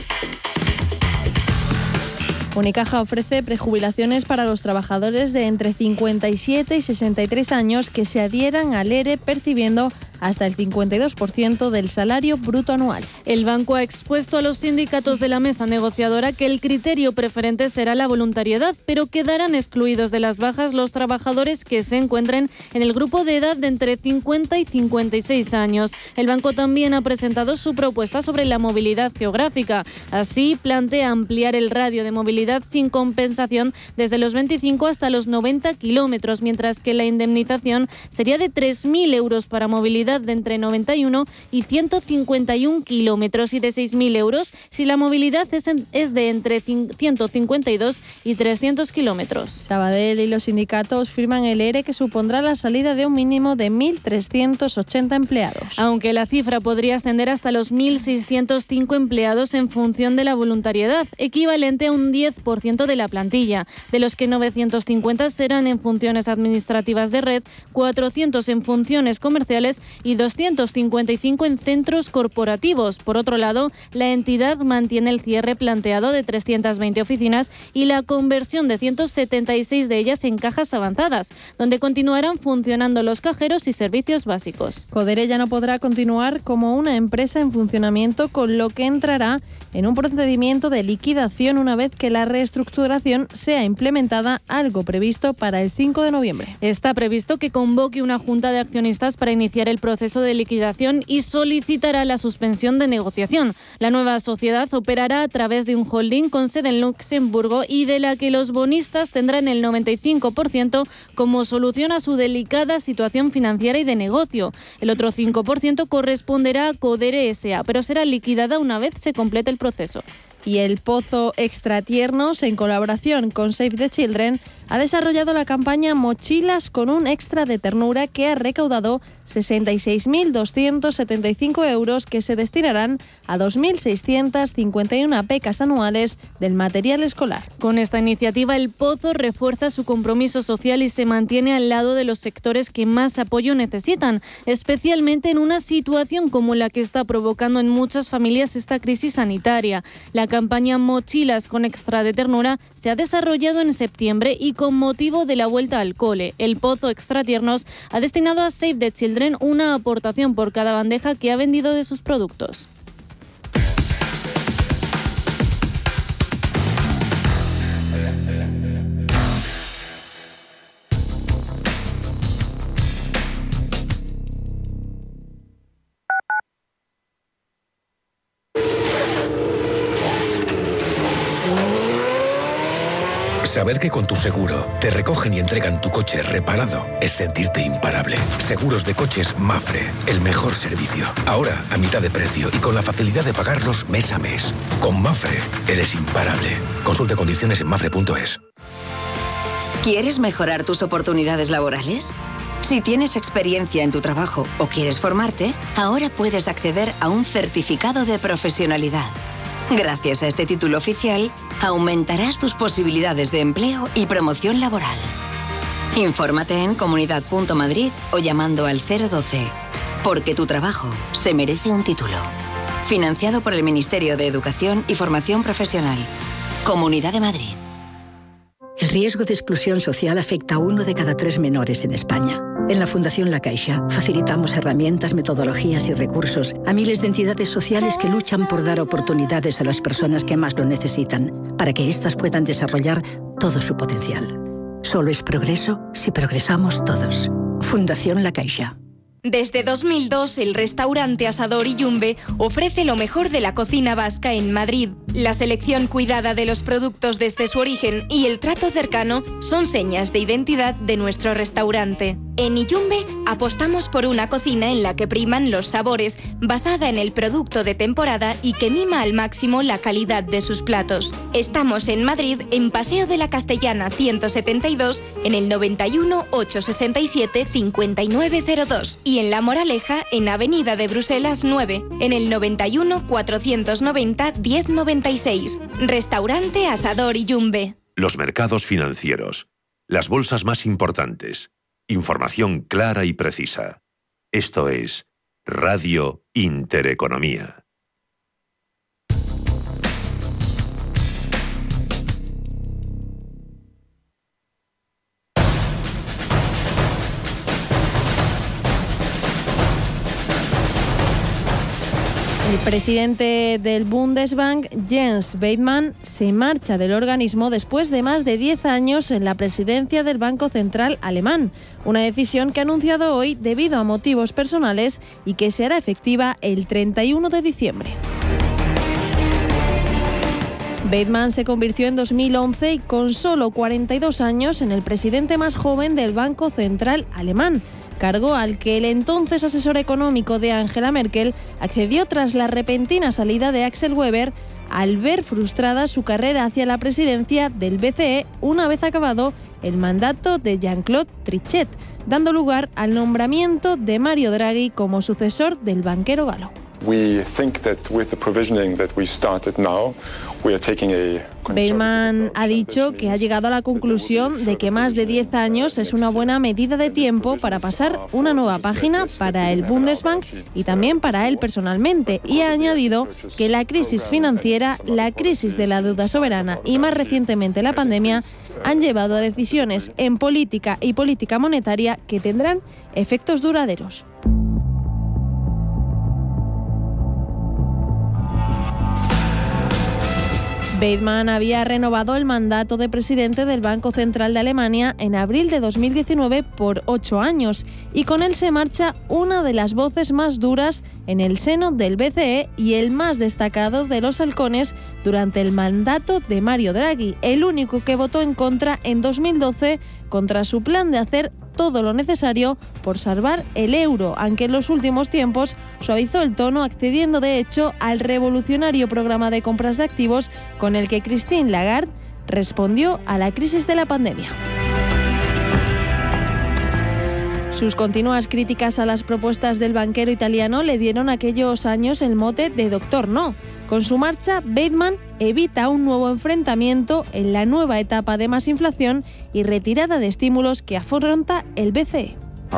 Unicaja ofrece prejubilaciones para los trabajadores de entre cincuenta y siete y sesenta y tres años que se adhieran al ERE percibiendo hasta el cincuenta y dos por ciento del salario bruto anual. El banco ha expuesto a los sindicatos de la mesa negociadora que el criterio preferente será la voluntariedad, pero quedarán excluidos de las bajas los trabajadores que se encuentren en el grupo de edad de entre cincuenta y cincuenta y seis años. El banco también ha presentado su propuesta sobre la movilidad geográfica. Así, plantea ampliar el radio de movilidad sin compensación desde los veinticinco hasta los noventa kilómetros, mientras que la indemnización sería de tres mil euros para movilidad de entre noventa y uno y ciento cincuenta y uno kilómetros y de seis mil euros si la movilidad es, en, es de entre ciento cincuenta y dos y trescientos kilómetros. Sabadell y los sindicatos firman el ERE que supondrá la salida de un mínimo de mil trescientos ochenta empleados. Aunque la cifra podría ascender hasta los mil seiscientos cinco empleados en función de la voluntariedad, equivalente a un diez por ciento de la plantilla, de los que novecientos cincuenta serán en funciones administrativas de red, cuatrocientos en funciones comerciales y doscientos cincuenta y cinco en centros corporativos. Por otro lado, la entidad mantiene el cierre planteado de trescientas veinte oficinas y la conversión de ciento setenta y seis de ellas en cajas avanzadas, donde continuarán funcionando los cajeros y servicios básicos. Codere ya no podrá continuar como una empresa en funcionamiento, con lo que entrará en un procedimiento de liquidación una vez que la reestructuración sea implementada, algo previsto para el cinco de noviembre. Está previsto que convoque una junta de accionistas para iniciar el proceso de liquidación y solicitará la suspensión de negociación. La nueva sociedad operará a través de un holding con sede en Luxemburgo y de la que los bonistas tendrán el noventa y cinco por ciento como solución a su delicada situación financiera y de negocio. El otro cinco por ciento corresponderá a Codere S A, pero será liquidada una vez se complete el proceso. Y el Pozo Extratiernos, en colaboración con Save the Children, ha desarrollado la campaña Mochilas con un extra de ternura que ha recaudado sesenta y seis mil doscientos setenta y cinco euros que se destinarán a dos mil seiscientas cincuenta y una becas anuales del material escolar. Con esta iniciativa, el Pozo refuerza su compromiso social y se mantiene al lado de los sectores que más apoyo necesitan, especialmente en una situación como la que está provocando en muchas familias esta crisis sanitaria. La campaña Mochilas con extra de ternura se ha desarrollado en septiembre y con motivo de la vuelta al cole. El Pozo Extratiernos ha destinado a Save the Children una aportación por cada bandeja que ha vendido de sus productos. Saber que con tu seguro te recogen y entregan tu coche reparado es sentirte imparable. Seguros de coches Mapfre, el mejor servicio. Ahora a mitad de precio y con la facilidad de pagarlos mes a mes. Con Mapfre eres imparable. Consulta condiciones en mapfre punto es. ¿Quieres mejorar tus oportunidades laborales? Si tienes experiencia en tu trabajo o quieres formarte, ahora puedes acceder a un certificado de profesionalidad. Gracias a este título oficial, aumentarás tus posibilidades de empleo y promoción laboral. Infórmate en comunidad punto madrid o llamando al cero doce, porque tu trabajo se merece un título. Financiado por el Ministerio de Educación y Formación Profesional. Comunidad de Madrid. El riesgo de exclusión social afecta a uno de cada tres menores en España. En la Fundación La Caixa facilitamos herramientas, metodologías y recursos a miles de entidades sociales que luchan por dar oportunidades a las personas que más lo necesitan, para que éstas puedan desarrollar todo su potencial. Solo es progreso si progresamos todos. Fundación La Caixa. Desde dos mil dos, el restaurante Asador Iyumbe ofrece lo mejor de la cocina vasca en Madrid. La selección cuidada de los productos desde su origen y el trato cercano son señas de identidad de nuestro restaurante. En Iyumbe apostamos por una cocina en la que priman los sabores, basada en el producto de temporada y que mima al máximo la calidad de sus platos. Estamos en Madrid, en Paseo de la Castellana ciento setenta y dos, en el noventa y uno, ochocientos sesenta y siete, cincuenta y nueve cero dos y en La Moraleja, en Avenida de Bruselas nueve, en el noventa y uno, cuatrocientos noventa, diez noventa y seis. Restaurante Asador Iyumbe. Los mercados financieros. Las bolsas más importantes. Información clara y precisa. Esto es Radio Intereconomía. El presidente del Bundesbank, Jens Weidmann, se marcha del organismo después de más de diez años en la presidencia del Banco Central alemán, una decisión que ha anunciado hoy debido a motivos personales y que se hará efectiva el treinta y uno de diciembre. Weidmann se convirtió en dos mil once y con solo cuarenta y dos años en el presidente más joven del Banco Central alemán, cargo al que el entonces asesor económico de Angela Merkel accedió tras la repentina salida de Axel Weber al ver frustrada su carrera hacia la presidencia del B C E una vez acabado el mandato de Jean-Claude Trichet, dando lugar al nombramiento de Mario Draghi como sucesor del banquero galo. Weidmann ha dicho que ha llegado a la conclusión de que más de diez años es una buena medida de tiempo para pasar una nueva página para el Bundesbank y también para él personalmente, y ha añadido que la crisis financiera, la crisis de la deuda soberana y más recientemente la pandemia han llevado a decisiones en política y política monetaria que tendrán efectos duraderos. Weidmann había renovado el mandato de presidente del Banco Central de Alemania en abril de dos mil diecinueve por ocho años y con él se marcha una de las voces más duras en el seno del B C E y el más destacado de los halcones durante el mandato de Mario Draghi, el único que votó en contra en dos mil doce contra su plan de hacer todo lo necesario por salvar el euro, aunque en los últimos tiempos suavizó el tono accediendo de hecho al revolucionario programa de compras de activos con el que Christine Lagarde respondió a la crisis de la pandemia. Sus continuas críticas a las propuestas del banquero italiano le dieron aquellos años el mote de Doctor No. Con su marcha, Weidmann evita un nuevo enfrentamiento en la nueva etapa de más inflación y retirada de estímulos que afronta el B C E.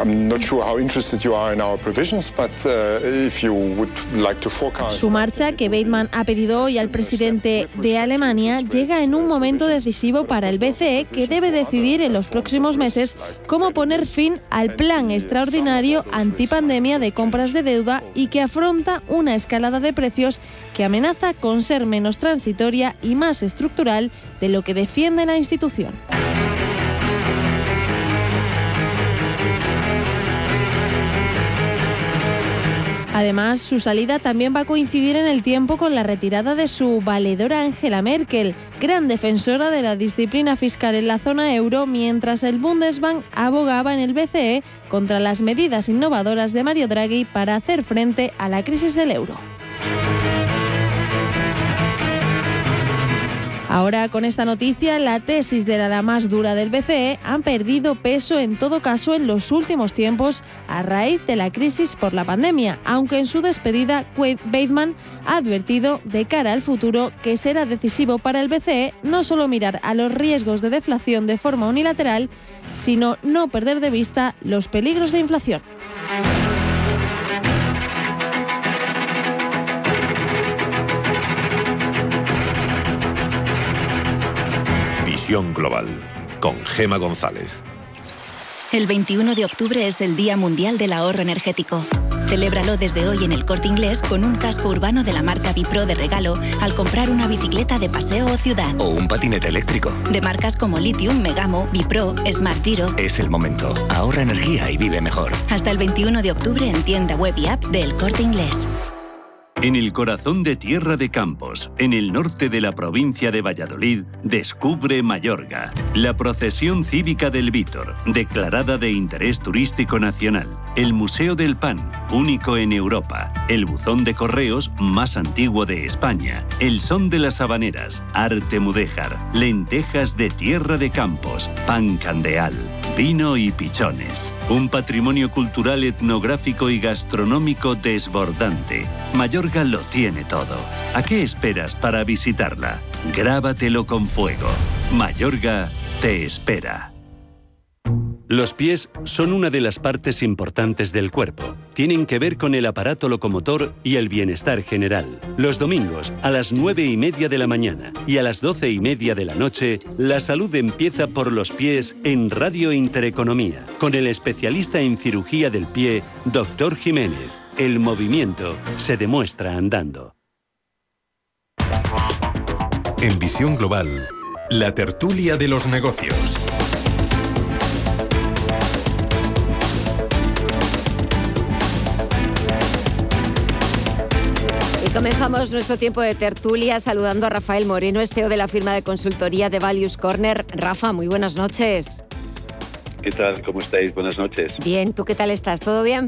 Su marcha, que Weidmann ha pedido hoy al presidente de Alemania, llega en un momento decisivo para el B C E, que debe decidir en los próximos meses cómo poner fin al plan extraordinario antipandemia de compras de deuda y que afronta una escalada de precios que amenaza con ser menos transitoria y más estructural de lo que defiende la institución. Además, su salida también va a coincidir en el tiempo con la retirada de su valedora Angela Merkel, gran defensora de la disciplina fiscal en la zona euro, mientras el Bundesbank abogaba en el B C E contra las medidas innovadoras de Mario Draghi para hacer frente a la crisis del euro. Ahora, con esta noticia, la tesis de la, la más dura del B C E han perdido peso en todo caso en los últimos tiempos a raíz de la crisis por la pandemia, aunque en su despedida, Weidmann ha advertido de cara al futuro que será decisivo para el B C E no solo mirar a los riesgos de deflación de forma unilateral, sino no perder de vista los peligros de inflación. Visión Global, con Gema González. El veintiuno de octubre es el Día Mundial del Ahorro Energético. Celébralo desde hoy en El Corte Inglés con un casco urbano de la marca Bipro de regalo al comprar una bicicleta de paseo o ciudad. O un patinete eléctrico. De marcas como Lithium, Megamo, Bipro, Smart Giro. Es el momento. Ahorra energía y vive mejor. Hasta el veintiuno de octubre en tienda web y app de El Corte Inglés. En el corazón de Tierra de Campos, en el norte de la provincia de Valladolid, descubre Mayorga, la procesión cívica del Vítor, declarada de interés turístico nacional, el Museo del Pan, único en Europa, el buzón de correos más antiguo de España, el son de las habaneras, arte mudéjar, lentejas de Tierra de Campos, pan candeal, vino y pichones. Un patrimonio cultural, etnográfico y gastronómico desbordante. Mayorga lo tiene todo. ¿A qué esperas para visitarla? Grábatelo con fuego. Mayorga te espera. Los pies son una de las partes importantes del cuerpo. Tienen que ver con el aparato locomotor y el bienestar general. Los domingos, a las nueve y media de la mañana y a las doce y media de la noche, la salud empieza por los pies en Radio Intereconomía, con el especialista en cirugía del pie, doctor Jiménez. El movimiento se demuestra andando. En Visión Global, la tertulia de los negocios. Comenzamos nuestro tiempo de tertulia saludando a Rafael Moreno, es C E O de la firma de consultoría de Values Corner. Rafa, muy buenas noches. ¿Qué tal? ¿Cómo estáis? Buenas noches. Bien, ¿tú qué tal estás? ¿Todo bien?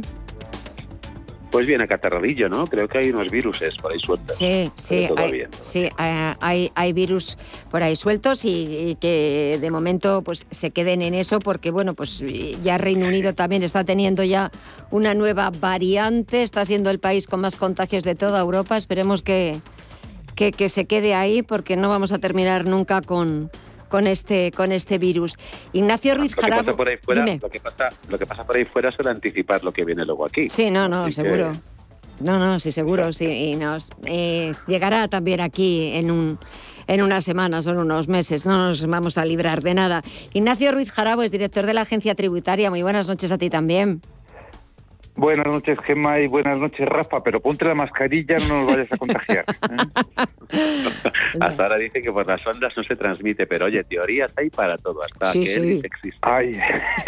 Pues bien, acatarradillo, ¿no? Creo que hay unos viruses por ahí sueltos. Sí, sí, todo hay, bien. sí hay, hay virus por ahí sueltos y, y que de momento pues se queden en eso porque, bueno, pues ya Reino Unido también está teniendo ya una nueva variante, está siendo el país con más contagios de toda Europa. Esperemos que, que, que se quede ahí porque no vamos a terminar nunca con... con este con este virus. Ignacio Ruiz Jarabo, lo que pasa por ahí fuera, dime. Lo que pasa, lo que pasa por ahí fuera es anticipar lo que viene luego aquí. Sí, no, no, Así seguro. que... No, no, sí, seguro, sí. Y nos eh, llegará también aquí en un en unas semanas o en unos meses. No nos vamos a librar de nada. Ignacio Ruiz Jarabo es director de la Agencia Tributaria. Muy buenas noches a ti también. Buenas noches, Gemma, y buenas noches, Rafa, pero ponte la mascarilla, no nos vayas a contagiar. ¿eh? Hasta ahora dice que por las ondas no se transmite, pero oye, teorías hay para todo, hasta Sí, que sí. Elvis existe. Ay.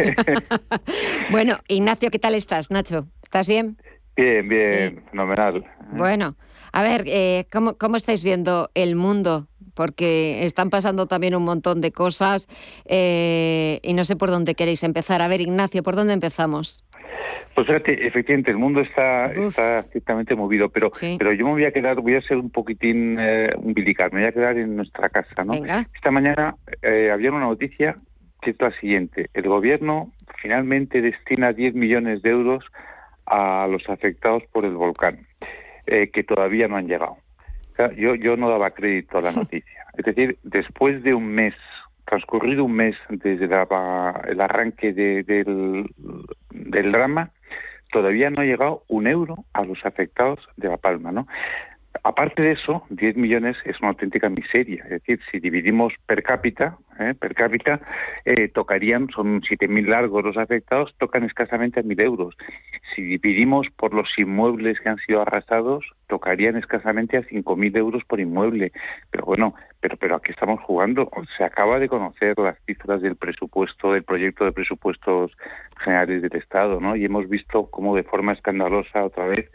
Bueno, Ignacio, ¿qué tal estás, Nacho? ¿Estás bien? Bien, bien, fenomenal. Bueno, a ver, eh, ¿cómo, ¿cómo estáis viendo el mundo? Porque están pasando también un montón de cosas eh, y no sé por dónde queréis empezar. A ver, Ignacio, ¿por dónde empezamos? Pues fíjate, efectivamente, el mundo está, está ciertamente movido, pero Sí. pero yo me voy a quedar, voy a ser un poquitín eh, umbilical, me voy a quedar en nuestra casa, ¿no? Venga. Esta mañana eh, había una noticia que es la siguiente: el gobierno finalmente destina diez millones de euros a los afectados por el volcán, eh, que todavía no han llegado. O sea, yo, yo no daba crédito a la noticia. Es decir, después de un mes, transcurrido un mes desde la, el arranque de, del, del drama, todavía no ha llegado un euro a los afectados de La Palma, ¿no? Aparte de eso, diez millones es una auténtica miseria. Es decir, si dividimos per cápita, ¿eh? per cápita, eh, tocarían, son siete mil largos los afectados, tocan escasamente a mil euros. Si dividimos por los inmuebles que han sido arrasados, tocarían escasamente a cinco mil euros por inmueble. Pero bueno, pero pero aquí estamos jugando. Se acaba de conocer las cifras del presupuesto, del proyecto de presupuestos generales del Estado, ¿no? Y hemos visto cómo de forma escandalosa otra vez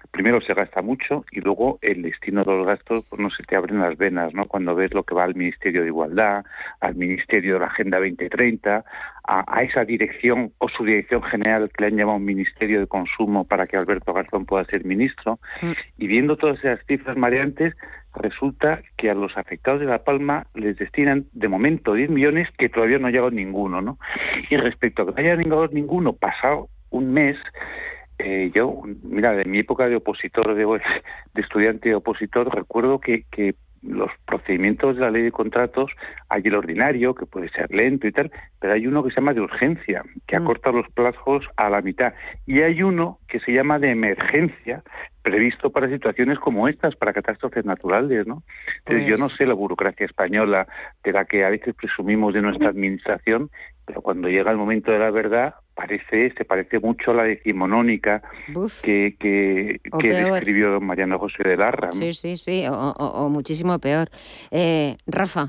primero se gasta mucho y luego el destino de los gastos, pues no se te abren las venas, ¿no? Cuando ves lo que va al Ministerio de Igualdad, al Ministerio de la Agenda veinte treinta, a, a esa dirección o su dirección general que le han llamado Ministerio de Consumo para que Alberto Garzón pueda ser ministro, mm. y viendo todas esas cifras mareantes, resulta que a los afectados de La Palma les destinan de momento diez millones que todavía no ha llegado ninguno, ¿no? Y respecto a que no haya llegado ninguno, pasado un mes, eh, yo, mira, de mi época de opositor, de, de estudiante opositor, recuerdo que, que los procedimientos de la ley de contratos, hay el ordinario, que puede ser lento y tal, pero hay uno que se llama de urgencia, que mm. acorta los plazos a la mitad. Y hay uno que se llama de emergencia, previsto para situaciones como estas, para catástrofes naturales, ¿no? Entonces, pues... yo no sé la burocracia española de la que a veces presumimos de nuestra administración, pero cuando llega el momento de la verdad, parece se parece mucho a la decimonónica Uf. que, que, que describió Mariano José de Larra, ¿no? Sí, sí, sí, o, o, o muchísimo peor. Eh, Rafa.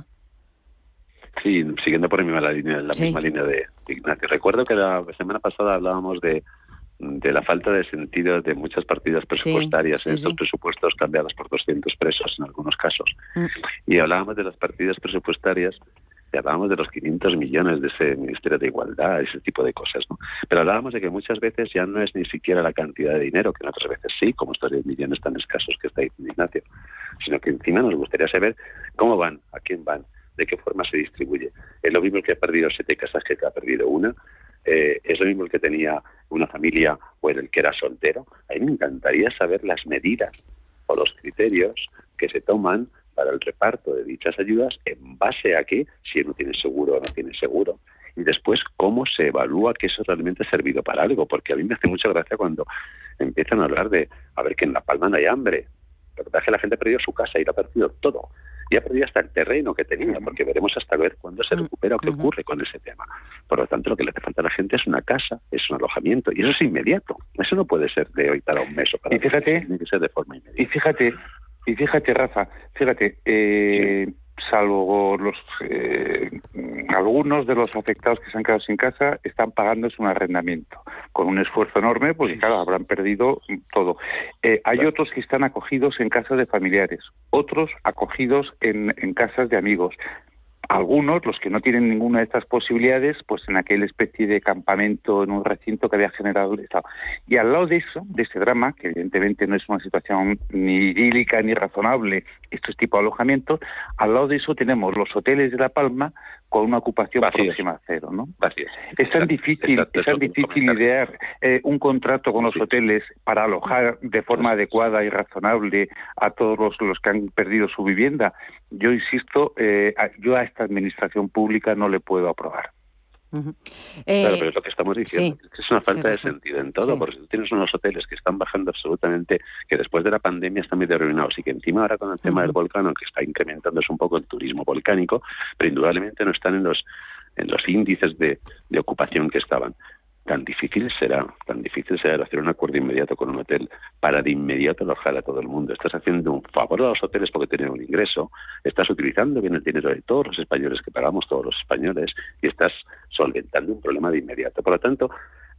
Sí, siguiendo por la misma línea, la sí. misma línea de Ignacio. Recuerdo que la semana pasada hablábamos de de la falta de sentido de muchas partidas presupuestarias sí, sí, en estos sí. presupuestos cambiados por doscientos presos en algunos casos. Mm. Y hablábamos de las partidas presupuestarias y hablábamos de los quinientos millones de ese Ministerio de Igualdad, ese tipo de cosas, ¿no? Pero hablábamos de que muchas veces ya no es ni siquiera la cantidad de dinero, que en otras veces sí, como estos diez millones tan escasos que está diciendo Ignacio, sino que encima nos gustaría saber cómo van, a quién van, de qué forma se distribuye. Es lo mismo el que ha perdido siete casas que el que ha perdido una. Eh, es lo mismo el que tenía una familia o el que era soltero. A mí me encantaría saber las medidas o los criterios que se toman para el reparto de dichas ayudas, en base a qué, si uno tiene seguro o no tiene seguro, y después cómo se evalúa que eso realmente ha servido para algo, porque a mí me hace mucha gracia cuando empiezan a hablar de, a ver, que en La Palma no hay hambre. La verdad es que la gente ha perdido su casa y lo ha perdido todo. Y ha perdido hasta el terreno que tenía, porque veremos hasta ver cuándo se recupera o qué ocurre con ese tema. Por lo tanto, lo que le hace falta a la gente es una casa, es un alojamiento, y eso es inmediato. Eso no puede ser de hoy para un mes o para y fíjate, tiene que ser de forma inmediata. Y fíjate, y fíjate, Rafa, fíjate, eh, sí. salvo los eh, algunos de los afectados que se han quedado sin casa, están pagando un arrendamiento, con un esfuerzo enorme, porque claro, habrán perdido todo. Eh, hay claro. otros que están acogidos en casas de familiares, otros acogidos en, en casas de amigos. Algunos, los que no tienen ninguna de estas posibilidades, pues en aquella especie de campamento en un recinto que había generado el Estado. Y al lado de eso, de ese drama, que evidentemente no es una situación ni idílica ni razonable, esto es tipo de alojamiento, al lado de eso tenemos los hoteles de La Palma con una ocupación Vacíos. próxima a cero, ¿no? Vacíos. Es tan difícil, es tan difícil idear eh, un contrato con los sí. hoteles para alojar de forma adecuada y razonable a todos los, los que han perdido su vivienda. Yo insisto, eh, yo a esta administración pública no le puedo aprobar. Uh-huh. Claro, eh, pero es lo que estamos diciendo, sí. es que es una falta sí, de sentido en todo, sí. porque tú tienes unos hoteles que están bajando absolutamente, que después de la pandemia están medio arruinados, y que encima ahora con el tema uh-huh. del volcán, aunque está incrementándose un poco el turismo volcánico, pero indudablemente no están en los en los índices de, de ocupación que estaban. Tan difícil será, tan difícil será hacer un acuerdo inmediato con un hotel para de inmediato alojar a todo el mundo. Estás haciendo un favor a los hoteles porque tienen un ingreso, estás utilizando bien el dinero de todos los españoles que pagamos, todos los españoles, y estás solventando un problema de inmediato. Por lo tanto,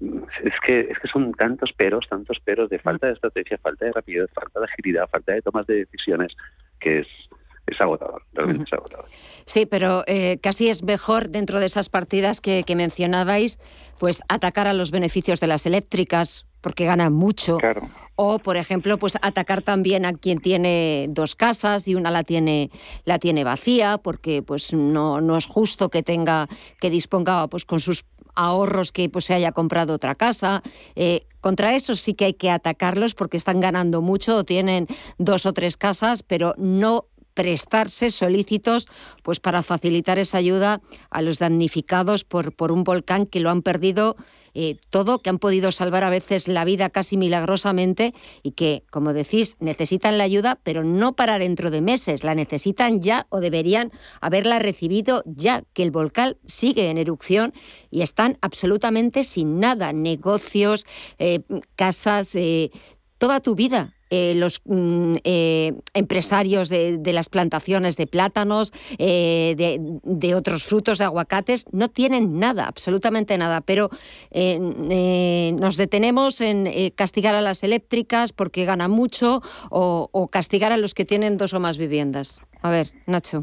es que es que son tantos peros, tantos peros de falta de estrategia, falta de rapidez, falta de agilidad, falta de tomas de decisiones, que es es agotador, realmente uh-huh. es agotador. Sí, pero eh, casi es mejor dentro de esas partidas que, que mencionabais, pues atacar a los beneficios de las eléctricas, porque ganan mucho. Claro. O, por ejemplo, pues atacar también a quien tiene dos casas y una la tiene la tiene vacía, porque pues no no es justo que tenga que disponga pues con sus ahorros que pues se haya comprado otra casa. Eh, contra eso sí que hay que atacarlos porque están ganando mucho o tienen dos o tres casas, pero no prestarse solícitos pues para facilitar esa ayuda a los damnificados por, por un volcán que lo han perdido eh, todo, que han podido salvar a veces la vida casi milagrosamente y que, como decís, necesitan la ayuda, pero no para dentro de meses, la necesitan ya o deberían haberla recibido ya, que el volcán sigue en erupción y están absolutamente sin nada, negocios, eh, casas, eh, toda tu vida eh, los mm, eh, empresarios de, de las plantaciones de plátanos, eh, de, de otros frutos, de aguacates, no tienen nada, absolutamente nada, pero eh, eh, nos detenemos en eh, castigar a las eléctricas porque ganan mucho o, o castigar a los que tienen dos o más viviendas. A ver, Nacho.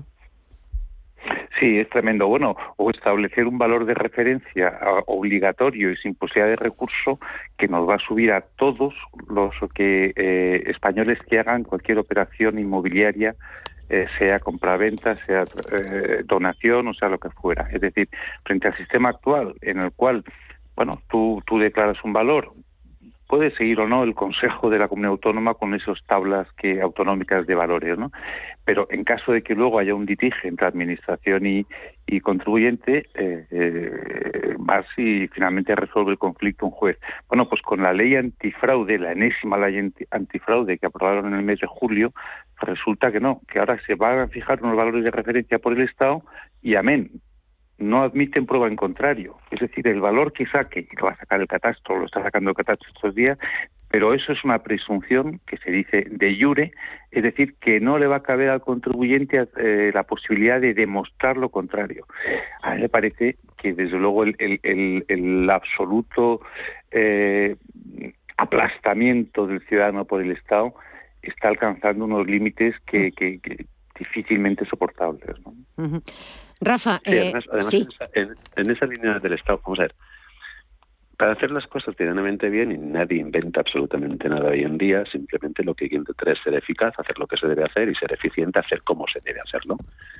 Sí, es tremendo. Bueno, o establecer un valor de referencia obligatorio y sin posibilidad de recurso que nos va a subir a todos los que eh, españoles que hagan cualquier operación inmobiliaria, eh, sea compraventa, sea eh, donación, o sea lo que fuera. Es decir, frente al sistema actual en el cual, bueno, tú, tú declaras un valor, puede seguir o no el Consejo de la Comunidad Autónoma con esas tablas que autonómicas de valores, ¿no? Pero en caso de que luego haya un litigio entre administración y, y contribuyente, eh, eh, va si finalmente resuelve el conflicto un juez. Bueno, pues con la ley antifraude, la enésima ley antifraude que aprobaron en el mes de julio, resulta que no, que ahora se van a fijar unos valores de referencia por el Estado y amén. No admiten prueba en contrario. Es decir, el valor que saque, que va a sacar el catastro, lo está sacando el catastro estos días, pero eso es una presunción que se dice de jure, es decir, que no le va a caber al contribuyente eh, la posibilidad de demostrar lo contrario. A mí me parece que, desde luego, el, el, el, el absoluto eh, aplastamiento del ciudadano por el Estado está alcanzando unos límites que, que, que difícilmente soportables, ¿no? Uh-huh. Rafa, sí, eh, además, además sí. En, esa, en, en esa línea del Estado, vamos a ver, para hacer las cosas medianamente bien, y nadie inventa absolutamente nada hoy en día, simplemente lo que hay que intentar es ser eficaz, hacer lo que se debe hacer y ser eficiente, hacer como se debe hacerlo.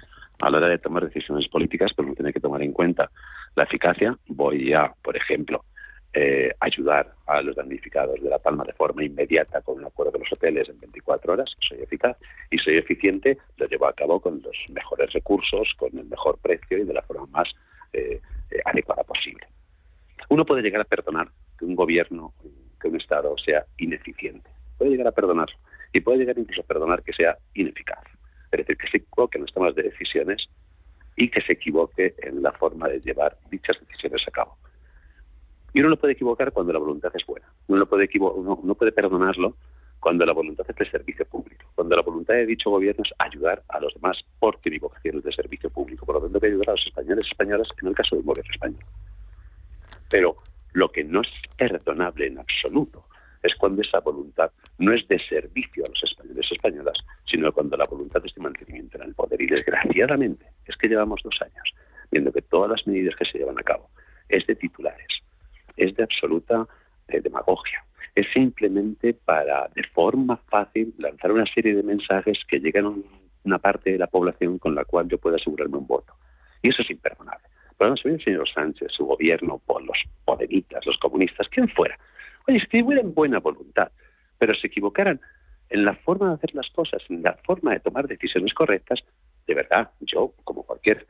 A la hora de tomar decisiones políticas, pues uno tiene que tomar en cuenta la eficacia. Voy a, por ejemplo, eh, ayudar a los damnificados de La Palma de forma inmediata con un acuerdo con los hoteles en veinticuatro horas, soy eficaz, y soy eficiente, lo llevo a cabo con los mejores recursos, con el mejor precio y de la forma más eh, eh, adecuada posible. Uno puede llegar a perdonar que un gobierno, que un Estado sea ineficiente, puede llegar a perdonarlo, y puede llegar incluso a perdonar que sea ineficaz, es decir, que se equivoque en las tomas de decisiones y que se equivoque en la forma de llevar dichas decisiones a cabo. Y uno lo puede equivocar cuando la voluntad es buena. Uno no puede, equivo- uno, uno puede perdonarlo cuando la voluntad es de servicio público. Cuando la voluntad de dicho gobierno es ayudar a los demás por equivocaciones de servicio público. Por lo tanto, hay que ayudar a los españoles y españolas en el caso del gobierno español. Pero lo que no es perdonable en absoluto es cuando esa voluntad no es de servicio a los españoles y españolas, sino cuando la voluntad es de mantenimiento en el poder. Y desgraciadamente es que llevamos dos años viendo que todas las medidas que se llevan a cabo es de titulares, es de absoluta eh, demagogia. Es simplemente para, de forma fácil, lanzar una serie de mensajes que lleguen a una parte de la población con la cual yo pueda asegurarme un voto. Y eso es imperdonable. Por lo tanto, si el señor Sánchez, su gobierno, por los podemitas, los comunistas, quien fuera, oye, si tuvieran buena voluntad, pero se equivocaran en la forma de hacer las cosas, en la forma de tomar decisiones correctas, de verdad, yo, como cualquier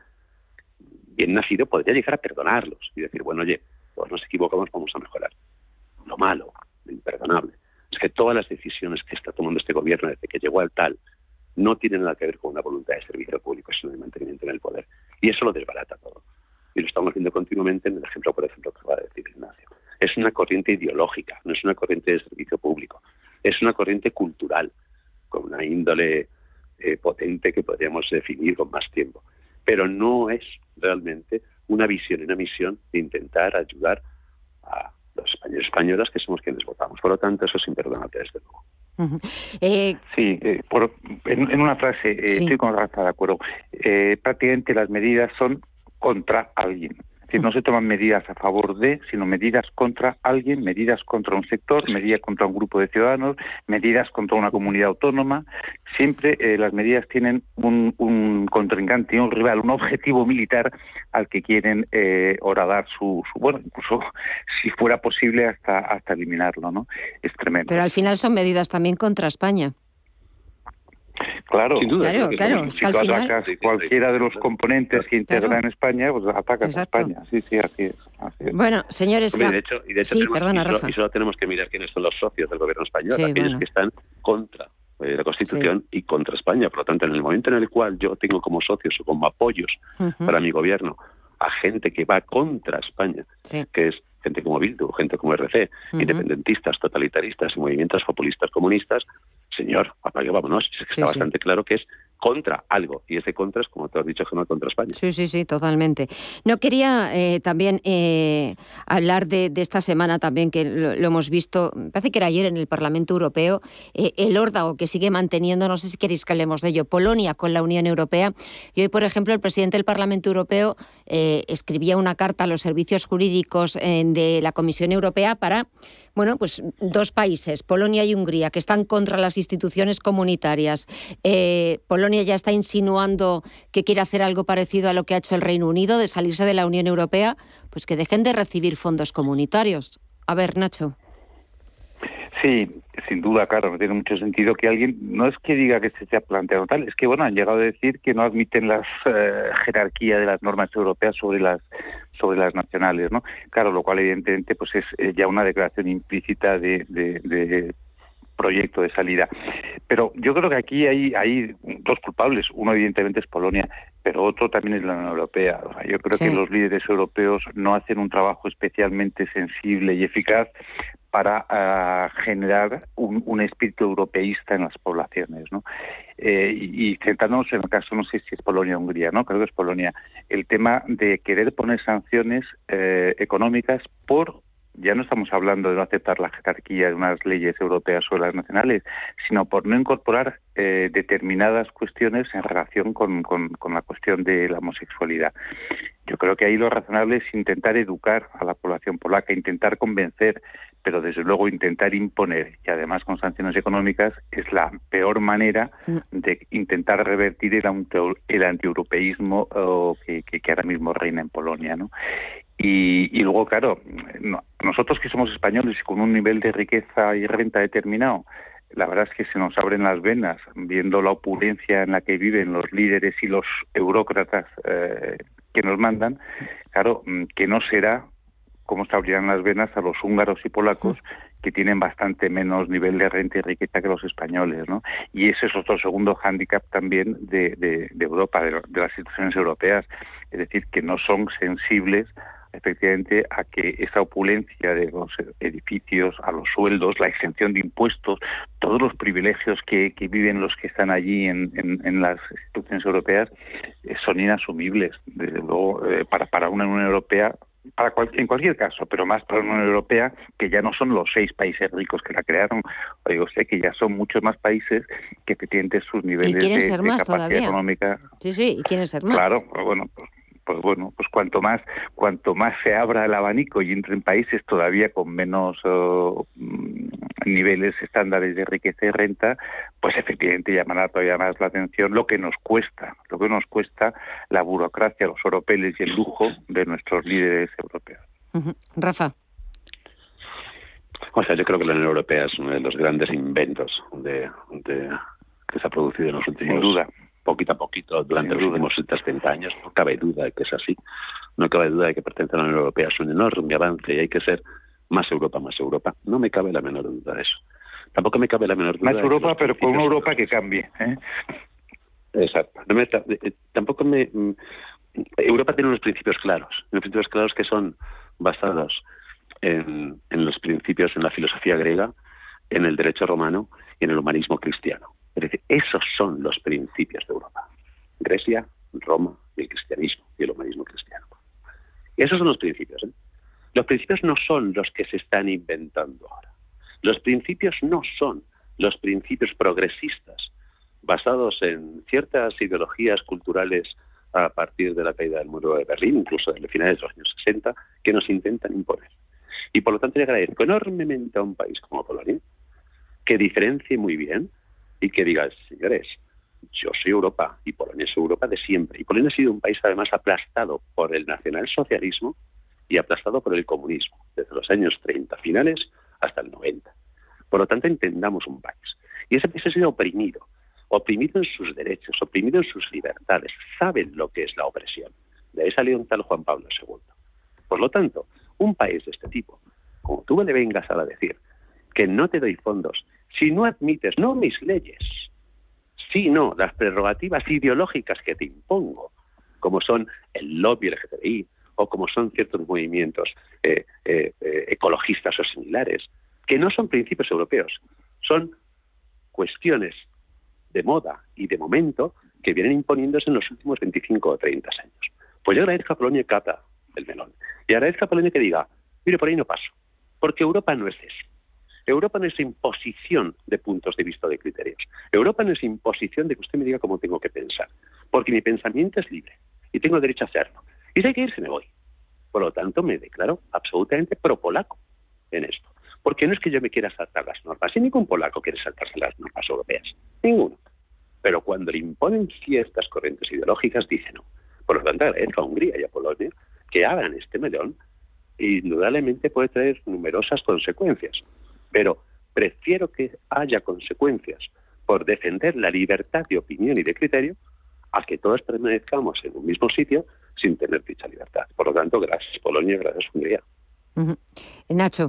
bien nacido, podría llegar a perdonarlos y decir, bueno, oye, pues nos equivocamos, vamos a mejorar. Lo malo, lo imperdonable, es que todas las decisiones que está tomando este gobierno desde que llegó al tal no tienen nada que ver con una voluntad de servicio público, sino de mantenimiento en el poder. Y eso lo desbarata todo. Y lo estamos viendo continuamente en el ejemplo, por ejemplo, que acaba de decir Ignacio. Es una corriente ideológica, no es una corriente de servicio público. Es una corriente cultural, con una índole eh, potente que podríamos definir con más tiempo. Pero no es realmente una visión y una misión de intentar ayudar a los españoles y españolas que somos quienes votamos. Por lo tanto, eso es imperdonable, desde luego. Uh-huh. Eh... Sí, eh, por, en, en una frase, eh, sí. Estoy con Rafa de acuerdo. Eh, prácticamente las medidas son contra alguien. Es decir, no se toman medidas a favor de, sino medidas contra alguien, medidas contra un sector, medidas contra un grupo de ciudadanos, medidas contra una comunidad autónoma. Siempre eh, las medidas tienen un, un contrincante, un rival, un objetivo militar al que quieren eh, horadar su, su, bueno, incluso si fuera posible hasta hasta eliminarlo, ¿no? Es tremendo. Pero al final son medidas también contra España. Claro, sin duda, claro, que claro. Si es que al tú final... atacas cualquiera de los componentes que integran claro. España, pues atacas Exacto. a España. Sí, sí, así es. Así es. Bueno, señores... Hombre, de hecho, y de hecho sí, tenemos, perdona, y, solo, Rafa. y solo tenemos que mirar quiénes son los socios del gobierno español, sí, aquellos bueno. que están contra eh, la Constitución sí. y contra España. Por lo tanto, en el momento en el cual yo tengo como socios o como apoyos uh-huh. para mi gobierno a gente que va contra España, sí. que es gente como Bildu, gente como R C, uh-huh. independentistas, totalitaristas y movimientos populistas comunistas, señor, apague, vámonos. Es que Sí, está sí. bastante claro que es contra algo, y ese contra es, como te has dicho, Gemma, contra España. Sí, sí, sí, totalmente. No quería eh, también eh, hablar de, de esta semana también, que lo, lo hemos visto, me parece que era ayer en el Parlamento Europeo, eh, el órdago que sigue manteniendo, no sé si queréis que hablemos de ello, Polonia con la Unión Europea. Y hoy, por ejemplo, el presidente del Parlamento Europeo eh, escribía una carta a los servicios jurídicos eh, de la Comisión Europea para, bueno, pues dos países, Polonia y Hungría, que están contra las instituciones comunitarias. Eh, Polonia ya está insinuando que quiere hacer algo parecido a lo que ha hecho el Reino Unido, de salirse de la Unión Europea, pues que dejen de recibir fondos comunitarios. A ver, Nacho. Sí, sin duda, claro, no tiene mucho sentido que alguien, no es que diga que se esté planteando tal, es que, bueno, han llegado a decir que no admiten la eh, jerarquía de las normas europeas sobre las sobre las nacionales, ¿no? Claro, lo cual evidentemente pues es eh, ya una declaración implícita de, de, de proyecto de salida. Pero yo creo que aquí hay, hay dos culpables. Uno evidentemente es Polonia, pero otro también es la Unión Europea. O sea, yo creo sí. que los líderes europeos no hacen un trabajo especialmente sensible y eficaz para uh, generar un, un espíritu europeísta en las poblaciones, ¿no? Eh, y, y centrándonos en el caso, no sé si es Polonia o Hungría, ¿no? Creo que es Polonia. El tema de querer poner sanciones eh, económicas por, ya no estamos hablando de no aceptar la jerarquía de unas leyes europeas o las nacionales, sino por no incorporar eh, determinadas cuestiones en relación con, con, con la cuestión de la homosexualidad. Yo creo que ahí lo razonable es intentar educar a la población polaca, intentar convencer, pero desde luego intentar imponer, y además con sanciones económicas, es la peor manera de intentar revertir el, el antieuropeísmo uh, que, que, que ahora mismo reina en Polonia, ¿no? Y, y luego, claro, no, nosotros que somos españoles y con un nivel de riqueza y renta determinado, la verdad es que se nos abren las venas viendo la opulencia en la que viven los líderes y los eurócratas eh, que nos mandan. Claro, que no será como se abrirán las venas a los húngaros y polacos, que tienen bastante menos nivel de renta y riqueza que los españoles, ¿no? Y ese es otro segundo hándicap también de, de, de Europa, de, de las instituciones europeas, es decir, que no son sensibles efectivamente a que esa opulencia de los edificios, a los sueldos, la exención de impuestos, todos los privilegios que, que viven los que están allí en, en, en las instituciones europeas eh, son inasumibles, desde luego, eh, para, para una Unión Europea, para cual, en cualquier caso, pero más para la Unión Europea, que ya no son los seis países ricos que la crearon, oigo, sé que ya son muchos más países que efectivamente sus niveles de, ser de más capacidad todavía. Económica. Sí, sí, y quieren ser más. Claro, pues bueno, pues, pues bueno, pues cuanto más cuanto más se abra el abanico y entren países todavía con menos uh, niveles estándares de riqueza y renta, pues efectivamente llamará todavía más la atención lo que nos cuesta, lo que nos cuesta la burocracia, los oropeles y el lujo de nuestros líderes europeos. Uh-huh. Rafa. O sea, yo creo que la Unión Europea es uno de los grandes inventos de, de que se ha producido en los últimos... Sin duda. poquito a poquito durante Sin los duda. últimos treinta años. No cabe duda de que es así. No cabe duda de que pertenecer a la Unión Europea es un enorme avance y hay que ser más Europa, más Europa. No me cabe la menor duda de eso. Tampoco me cabe la menor duda Más de Europa, que pero con una Europa que cambie, ¿eh? Exacto. No me, eh, tampoco me... Europa tiene unos principios claros, unos principios claros que son basados en, en los principios, en la filosofía griega, en el derecho romano y en el humanismo cristiano. Es decir, esos son los principios de Europa. Grecia, Roma y el cristianismo y el humanismo cristiano. Y esos son los principios, ¿eh? Los principios no son los que se están inventando ahora. Los principios no son los principios progresistas basados en ciertas ideologías culturales a partir de la caída del muro de Berlín, incluso de finales de los años sesenta, que nos intentan imponer. Y por lo tanto le agradezco enormemente a un país como Polonia que diferencie muy bien y que diga, señores, yo soy Europa y Polonia es Europa de siempre. Y Polonia ha sido un país además aplastado por el nacionalsocialismo y aplastado por el comunismo, desde los años treinta finales hasta el noventa. Por lo tanto, entendamos un país. Y ese país ha sido oprimido, oprimido en sus derechos, oprimido en sus libertades. Saben lo que es la opresión. De ahí salió un tal Juan Pablo segundo. Por lo tanto, un país de este tipo, como tú me le vengas a decir que no te doy fondos, si no admites, no mis leyes, sino las prerrogativas ideológicas que te impongo, como son el lobby L G T B I o como son ciertos movimientos eh, eh, eh, ecologistas o similares, que no son principios europeos, son cuestiones de moda y de momento que vienen imponiéndose en los últimos veinticinco o treinta años. Pues yo agradezco a Polonia que cata el melón. Y agradezco a Polonia que diga, mire, por ahí no paso. Porque Europa no es eso. Europa no es imposición de puntos de vista o de criterios. Europa no es imposición de que usted me diga cómo tengo que pensar. Porque mi pensamiento es libre y tengo derecho a hacerlo. Y si hay que irse, me voy. Por lo tanto, me declaro absolutamente pro-polaco en esto. Porque no es que yo me quiera saltar las normas. Y ningún polaco quiere saltarse las normas europeas. Ninguno. Pero cuando le imponen ciertas corrientes ideológicas, dice no. Por lo tanto, agradezco a Hungría y a Polonia que hagan este melón. Indudablemente puede traer numerosas consecuencias. Pero prefiero que haya consecuencias por defender la libertad de opinión y de criterio a que todos permanezcamos en un mismo sitio sin tener dicha libertad. Por lo tanto, gracias Polonia, gracias Hungría. Uh-huh. Nacho.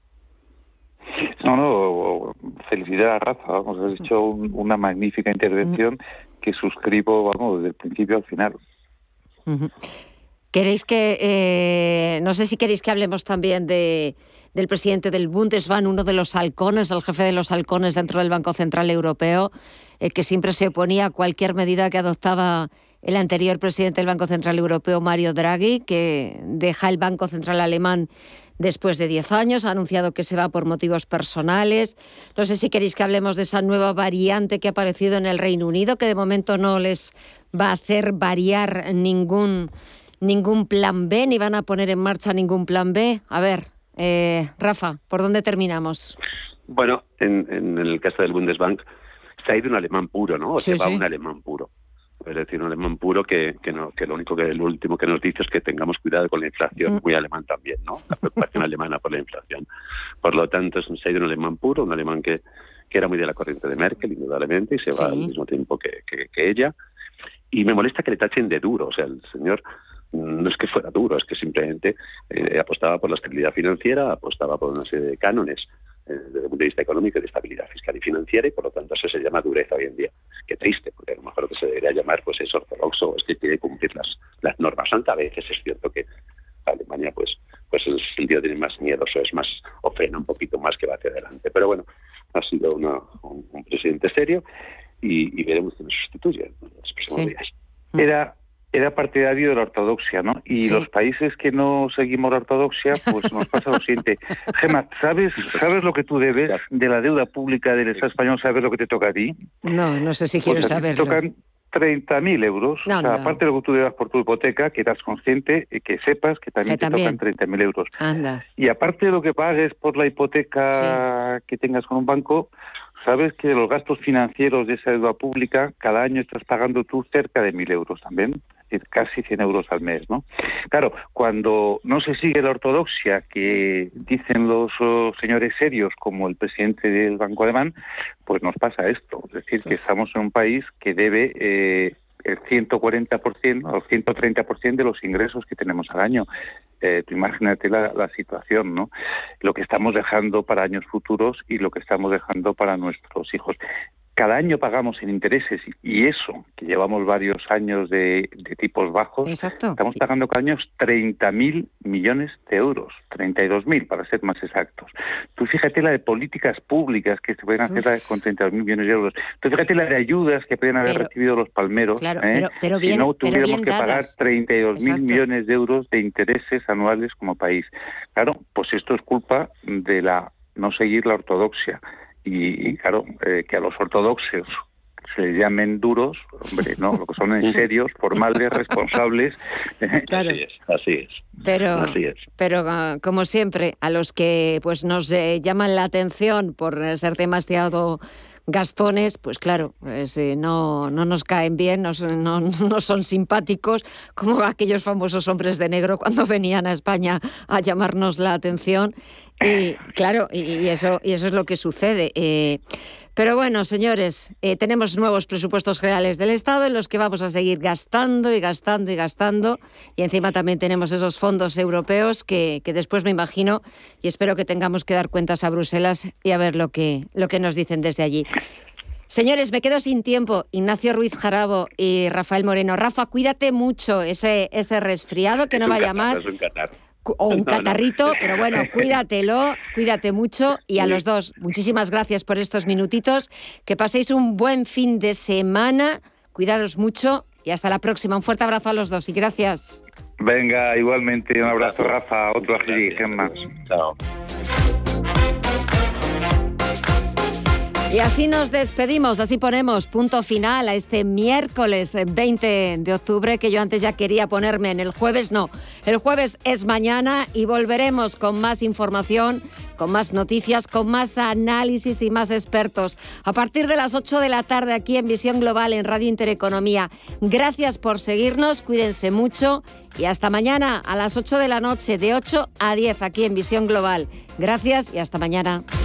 No, no, felicidad a Rafa, vamos, has hecho un, una magnífica intervención uh-huh. que suscribo, vamos, desde el principio al final. Uh-huh. ¿Queréis que, eh, no sé si queréis que hablemos también de del presidente del Bundesbank, uno de los halcones, el jefe de los halcones dentro del Banco Central Europeo, eh, que siempre se oponía a cualquier medida que adoptaba el anterior presidente del Banco Central Europeo, Mario Draghi, que deja el Banco Central alemán después de diez años, ha anunciado que se va por motivos personales. No sé si queréis que hablemos de esa nueva variante que ha aparecido en el Reino Unido, que de momento no les va a hacer variar ningún, ningún plan B, ni van a poner en marcha ningún plan B. A ver, eh, Rafa, ¿por dónde terminamos? Bueno, en, en el caso del Bundesbank se ha ido un alemán puro, ¿no? O sí, se va sí. un alemán puro. Es decir, un alemán puro que, que, no, que lo único que el último que nos dice es que tengamos cuidado con la inflación, mm. muy alemán también, ¿no? La preocupación alemana por la inflación. Por lo tanto, es un, se ha ido un alemán puro, un alemán que, que era muy de la corriente de Merkel, indudablemente, y se va sí. al mismo tiempo que, que, que ella. Y me molesta que le tachen de duro, o sea, el señor no es que fuera duro, es que simplemente eh, apostaba por la estabilidad financiera, apostaba por una serie de cánones eh, desde el punto de vista económico, de estabilidad fiscal y financiera, y por lo tanto eso se llama dureza hoy en día. Qué triste, porque a lo mejor lo que se debería llamar pues es ortodoxo, o es que quiere cumplir las, las normas. Aunque a veces es cierto que Alemania pues pues en ese sentido tiene más miedos o es más, o frena un poquito más que va hacia adelante. Pero bueno, ha sido una, un, un presidente serio y, y veremos quién lo sustituye en los próximos sí. días. Era Era partidario de la ortodoxia, ¿no? Y sí. los países que no seguimos la ortodoxia, pues nos pasa lo siguiente. Gemma, ¿sabes, ¿sabes lo que tú debes de la deuda pública del Estado español? ¿Sabes lo que te toca a ti? No, no sé si quiero pues saberlo. Te tocan treinta mil euros. No, o sea, no. aparte de lo que tú debas por tu hipoteca, que estás consciente, que sepas que también que te también. tocan treinta mil euros. Anda. Y aparte de lo que pagues por la hipoteca sí. que tengas con un banco, sabes que de los gastos financieros de esa deuda pública, cada año estás pagando tú cerca de mil euros también. Es decir, casi cien euros al mes, ¿no? Claro, cuando no se sigue la ortodoxia que dicen los oh, señores serios, como el presidente del Banco Alemán, pues nos pasa esto. Es decir, sí. que estamos en un país que debe eh, el ciento cuarenta por ciento o el ciento treinta por ciento de los ingresos que tenemos al año. Eh, tú imagínate la, la situación, ¿no? Lo que estamos dejando para años futuros y lo que estamos dejando para nuestros hijos. Cada año pagamos en intereses y eso, que llevamos varios años de, de tipos bajos, Exacto. estamos pagando cada año treinta mil millones de euros, treinta y dos mil para ser más exactos. Tú fíjate la de políticas públicas que se pueden hacer Uf. con treinta y dos mil millones de euros. Tú fíjate la de ayudas que pueden haber pero, recibido los palmeros, claro, ¿eh? pero, pero bien, si no tuviéramos pero bien que pagar dadas. treinta y dos mil millones de euros de intereses anuales como país. Claro, pues esto es culpa de la no seguir la ortodoxia. Y, y claro, eh, que a los ortodoxos se les llamen duros, hombre, no, lo que son en serios, formales, responsables. Claro. Así es, así es. Pero, así es. pero uh, como siempre, a los que pues nos eh, llaman la atención por ser demasiado gastones, pues claro, pues, eh, no, no nos caen bien, no, no, no son simpáticos, como aquellos famosos hombres de negro cuando venían a España a llamarnos la atención. Y claro, y, y eso y eso es lo que sucede. Eh, pero bueno, señores, eh, tenemos nuevos presupuestos generales del Estado en los que vamos a seguir gastando y gastando y gastando. Y encima también tenemos esos fondos europeos que, que después me imagino y espero que tengamos que dar cuentas a Bruselas y a ver lo que, lo que nos dicen desde allí. Señores, me quedo sin tiempo. Ignacio Ruiz Jarabo y Rafael Moreno. Rafa, cuídate mucho ese, ese resfriado, que no vaya más. o un catarrito, pero bueno, cuídatelo, cuídate mucho y a los dos, muchísimas gracias por estos minutitos, que paséis un buen fin de semana, cuidados mucho y hasta la próxima. Un fuerte abrazo a los dos y gracias. Venga, igualmente, un abrazo, Rafa, otro así, Gemma. Chao. Y así nos despedimos, así ponemos punto final a este miércoles veinte de octubre, que yo antes ya quería ponerme en el jueves, no, el jueves es mañana y volveremos con más información, con más noticias, con más análisis y más expertos. A partir de las ocho de la tarde aquí en Visión Global en Radio Intereconomía. Gracias por seguirnos, cuídense mucho y hasta mañana a las ocho de la noche, de ocho a diez aquí en Visión Global. Gracias y hasta mañana.